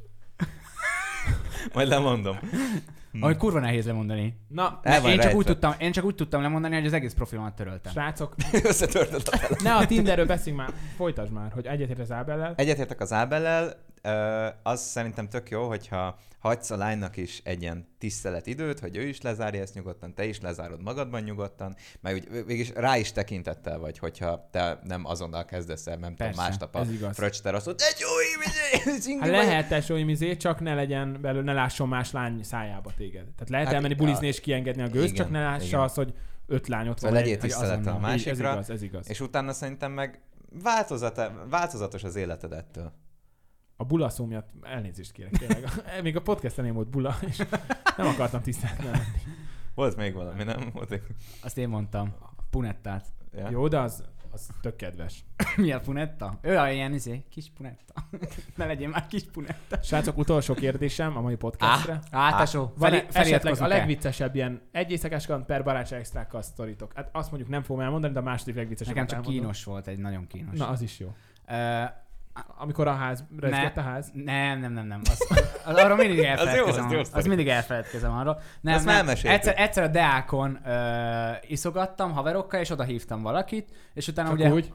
Majd lemondom. Ahogy kurva nehéz lemondani. Na, én csak úgy tudtam lemondani, hogy az egész profilomat töröltem. Srácok, összetörtött a fele. Ne a Tinderről beszéljünk már, folytasd már, hogy egyetért az Ábellel. Egyetértek az Ábellel, az szerintem tök jó, hogyha hagysz a lánynak is egy ilyen tisztelet időt, hogy ő is lezárja ezt nyugodtan, te is lezárod magadban nyugodtan, mert úgy végig rá is tekintettel vagy, hogyha te nem azonnal kezdesz el, nem tudom, másnap a fröccster azt mondod, egy jó imizé! Hát lehet tesó imizé, csak ne legyen belőle, ne lásson más lány szájába téged. Tehát lehet elmenni bulizni és kiengedni a gőzt, csak ne lássa azt, hogy 5 lányot van. Legyél tisztelettel a másikra, ez igaz. És utána szerintem meg változatos az életed ettől. A bula szó miatt elnézést kérek tényleg. Még a podcasten volt bula, és nem akartam tiszteletlen lenni. Volt még valami, nem? Azt én mondtam. Punettát. Ja. Jó, de az tök kedves. Mi a punetta? Ő a ilyen kis punetta. Ne legyen már kis punetta. Srácok, utolsó kérdésem a mai podcastre. Tesó. Esetleg a legviccesebb ilyen egy éjszakáskan per barátság extrákkal sztoritok. Hát azt mondjuk nem fogom elmondani, de a második legviccesebb. Nekem csak kínos volt, egy nagyon kínos. Na, az is jó. Amikor a ház, rezgett a ház? Nem. Arról mindig elfeledkezem. Az mindig elfeledkezem arról. Nem. Egyszer a Deákon iszogattam haverokkal, és oda hívtam valakit, és utána csak ugye... úgy?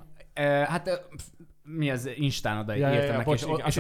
Mi az Instán oda írtam neki, és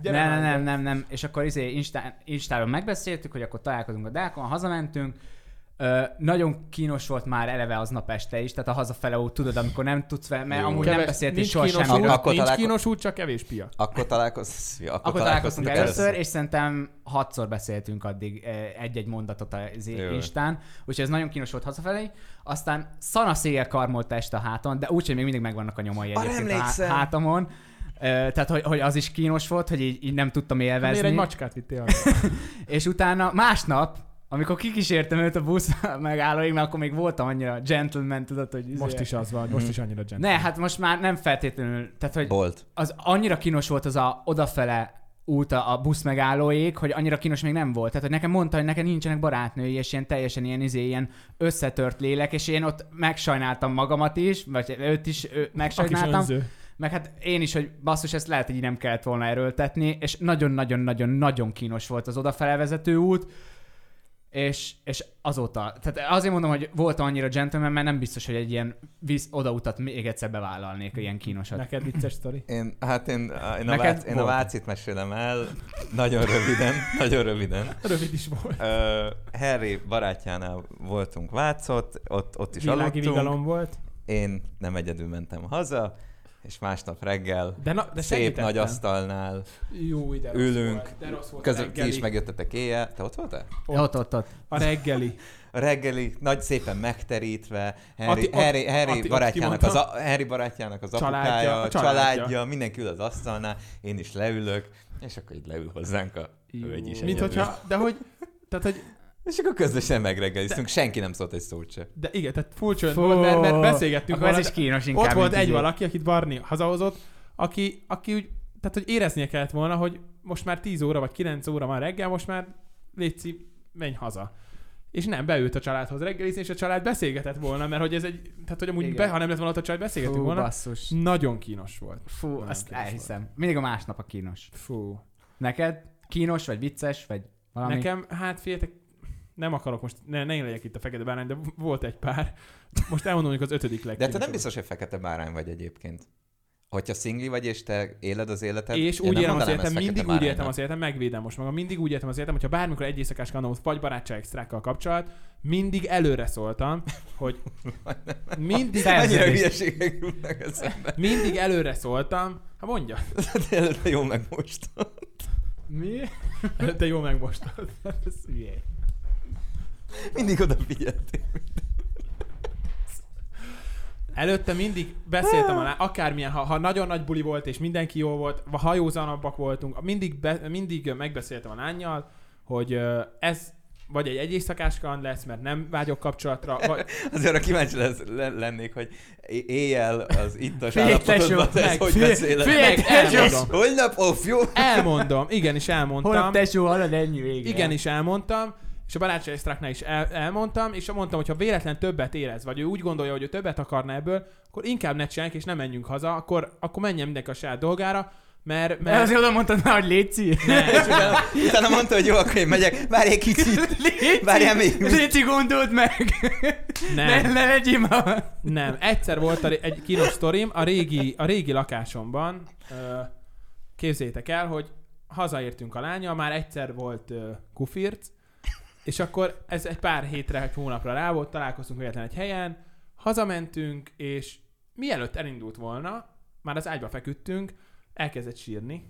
nem. És akkor Instáról megbeszéltük, hogy akkor találkozunk a Deákon, hazamentünk, Nagyon kínos volt már eleve aznap este is, tehát a hazafele út, tudod, amikor nem tudsz vele, mert amúgy nem beszéltél soha semmiről. Nincs kínos út, csak kevés pia. Akkor találkoztunk először, és szerintem 6-szor beszéltünk addig egy-egy mondatot az Instán, úgyhogy ez nagyon kínos volt hazafelé. Aztán szanaszéjjel karmolt este a háton, de úgyhogy még mindig megvannak a nyomai egyébként a hátamon. Tehát, hogy az is kínos volt, hogy így nem tudtam élvezni. Miért egy macskát vittél? És utána másnap, amikor kikísértem őt a busz megállóig, mert akkor még voltam annyira gentleman, tudod, hogy... Most is az van, most is annyira gentleman. Ne, hát most már nem feltétlenül, tehát hogy Bolt. Az annyira kínos volt az a odafele út a busz megállóig, hogy annyira kínos még nem volt. Tehát, hogy nekem mondta, hogy nekem nincsenek barátnői, és ilyen teljesen ilyen összetört lélek, és én ott megsajnáltam magamat is, vagy őt is megsajnáltam. Meg hát én is, hogy basszus, ezt lehet, hogy így nem kellett volna erőltetni, és nagyon-nagyon-nagyon-nagyon kínos volt az odafele vezető út, és azóta, tehát azért mondom, hogy voltam annyira gentleman, mert nem biztos, hogy egy ilyen odautat még egyszer bevállalnék, ilyen kínosat. Neked vicces sztori? Én a Vácit mesélem el, nagyon röviden. Rövid is volt. Harry barátjánál voltunk Vácot, ott is világi aludtunk. vigalom volt. Én nem egyedül mentem haza, és másnap reggel de szép nagy asztalnál ülünk. Ti is megjöttetek éjjel. Te ott voltál? Ott. A reggeli. A reggeli, nagy szépen megterítve, Harry barátjának az apukája, családja, mindenki ül az asztalnál, én is leülök, és akkor így leül hozzánk a hölgy is. Mint hogyha, de hogy, tehát hogy és akkor közösen megreggeliztünk, senki nem szólt egy szót se. De igen, tehát full volt, mert beszélgettünk. Ez is kínos inkább. Ott volt egy valaki, akit Barni hazahozott, aki úgy, tehát hogy éreznie kellett volna, hogy most már 10 óra vagy 9 óra már reggel, most már létszi, menj haza. És nem, beült a családhoz reggelizni, és a család beszélgetett volna, mert hogy ez egy, tehát hogy amúgy ha nem lett volna ott a család, beszélgetünk volna. Basszus. Nagyon kínos volt. Nagyon azt elhiszem. Volt. Mindig a másnap a kínos. Fú. Neked kínos, vagy vicces, vagy valami? Nekem, hát féljetek, nem akarok most, ne legyek itt a fekete bárány, de volt egy pár. Most elmondom, hogy az 5. legkínosabb. De te nem biztos, hogy fekete bárány vagy egyébként. Hogyha szingli vagy, és te éled az életed... És úgy élem az életem, mindig úgy éltem az életem, megvédem most magam, mindig úgy éltem az életem, hogyha bármikor egy éjszakás kanót vagy barátság extrákkal kapcsolat, mindig előre szóltam, hogy mindig... Annyira hülyeségek jutnak eszembe. Mindig előre szóltam, hát mondja. Te jól megmostad. Mi? Te jól megmostad. Mindig odafigyeltél. Előtte mindig beszéltem, akármilyen, ha nagyon nagy buli volt, és mindenki jó volt, ha józanabbak voltunk, mindig megbeszéltem a lánnyal, hogy ez vagy egy éjszakás kaland lesz, mert nem vágyok kapcsolatra. Vagy... Azért arra kíváncsi lennék, hogy éjjel az ittas állapotodban ez hogy beszéled. Holnap off, jó? Elmondom, igenis elmondtam. Holnap tesó, halad ennyi vége. Igenis elmondtam. És a barátság extráknál is elmondtam, és mondtam, hogy ha véletlen többet érez, vagy ő úgy gondolja, hogy ő többet akarna ebből, akkor inkább ne csináljuk, és nem menjünk haza, akkor menjen mindenki a saját dolgára, mert... De azért oda mondtad már, hogy Léci. Utána mondta, hogy jó, akkor én megyek. Várj egy kicsit. Várjál még. Léci, gondold meg. Ne legyél már. Nem. Egyszer volt egy kínos sztorim a régi lakásomban. Képzeljétek el, hogy hazaértünk a lánnyal, már egyszer volt kufirc, és akkor ez egy pár hétre, egy hónapra rá volt, találkoztunk véletlen egy helyen, hazamentünk, és mielőtt elindult volna, már az ágyba feküdtünk, elkezdett sírni,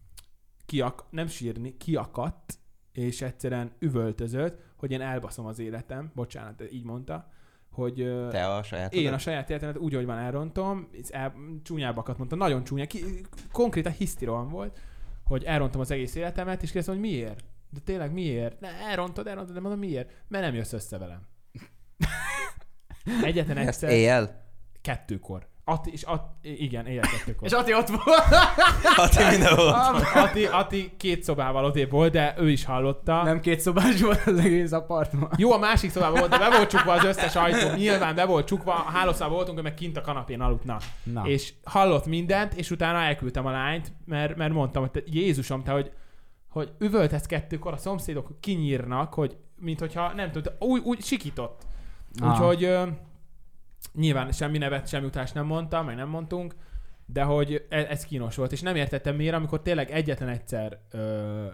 kiakadt, és egyszerűen üvöltözött, hogy én elbaszom az életem, bocsánat, így mondta, hogy te a saját én a saját életemet úgy, hogy van elrontom, csúnyábbakat mondta, nagyon csúnya, konkrétan hisztiroan volt, hogy elrontom az egész életemet, és kérdeztem, hogy miért? De tényleg miért? Elrontod, de mondom miért? Mert nem jössz össze velem. Egyetlen egyszer. Éjjel? 2-kor. Igen, éjjel 2-kor. És Ati ott volt. Ati mindenhol ott volt. Ati 2 szobával odébb volt, de ő is hallotta. Nem 2 szobás volt az egész apartman. Jó, a másik szobában volt, de be volt csukva az összes ajtó. Nyilván be volt csukva, a hálószobában voltunk, meg kint a kanapén aludna. És hallott mindent, és utána elküldtem a lányt, mert mondtam, hogy Jézusom, te, hogy üvöltesz 2-kor, a szomszédok kinyírnak, hogy mint hogyha nem tudom, úgy sikított. Úgyhogy nyilván semmi nevet, semmi utást nem mondtam, meg nem mondtunk, de hogy ez kínos volt, és nem értettem miért, amikor tényleg egyetlen egyszer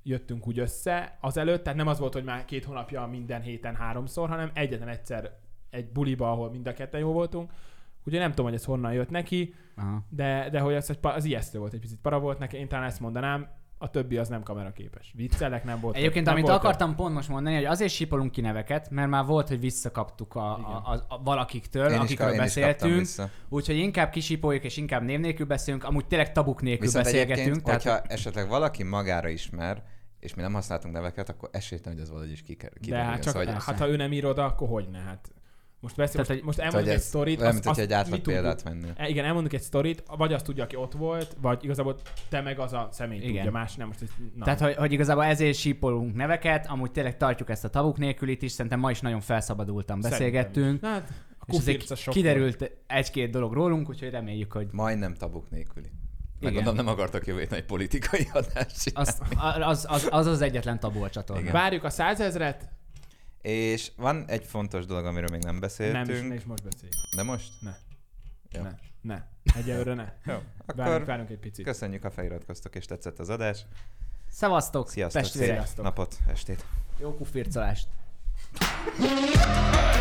jöttünk úgy össze azelőtt, tehát nem az volt, hogy már 2 hónapja minden héten 3-szor, hanem egyetlen egyszer egy buliba, ahol mind a ketten jó voltunk. Ugye nem tudom, hogy ez honnan jött neki, de hogy az ijesztő volt, egy picit para volt neki, én talán ezt mondanám, a többi az nem kameraképes. Viccelek nem volt. Egyébként, nem amit volt akartam pont most mondani, hogy azért sípolunk ki neveket, mert már volt, hogy visszakaptuk a valakiktől, akikről beszéltünk. Úgyhogy inkább kisípoljuk, és inkább név nélkül beszélünk, amúgy tényleg tabuk nélkül viszont beszélgetünk. Tehát hogyha esetleg valaki magára ismer, és mi nem használtunk neveket, akkor esélytelen, hogy az valahogy is kiderül. De hát csak, szóval, hát ha ő nem ír oda, akkor hogyne? Hát most elmondjuk egy sztorit. Olyan, mint hogy egy átlag példát vennél. Igen, elmondjuk egy sztorit, vagy azt tudja, aki ott volt, vagy igazából te meg az a személy tudja, más nem. Most tehát, hogy igazából ezért sípolunk neveket, amúgy tényleg tartjuk ezt a tabuk nélkülit is, szerintem ma is nagyon felszabadultan beszélgettünk. Hát, és kiderült egy-két dolog rólunk, úgyhogy reméljük, hogy... Majdnem tabuk nélküli. Megmondom, nem akartak jövő héten egy politikai adást. Az egyetlen tabu a csatornán. Várjuk a 100 000-et. És van egy fontos dolog, amiről még nem beszéltünk. Nem is most beszéljünk. De most? Ne. Jó. Ne. Egyelőre ne. Jó. Akkor várjunk egy picit. Köszönjük, ha feliratkoztok és tetszett az adás. Szevasztok! Sziasztok! Szép napot, estét! Jó kufircolást!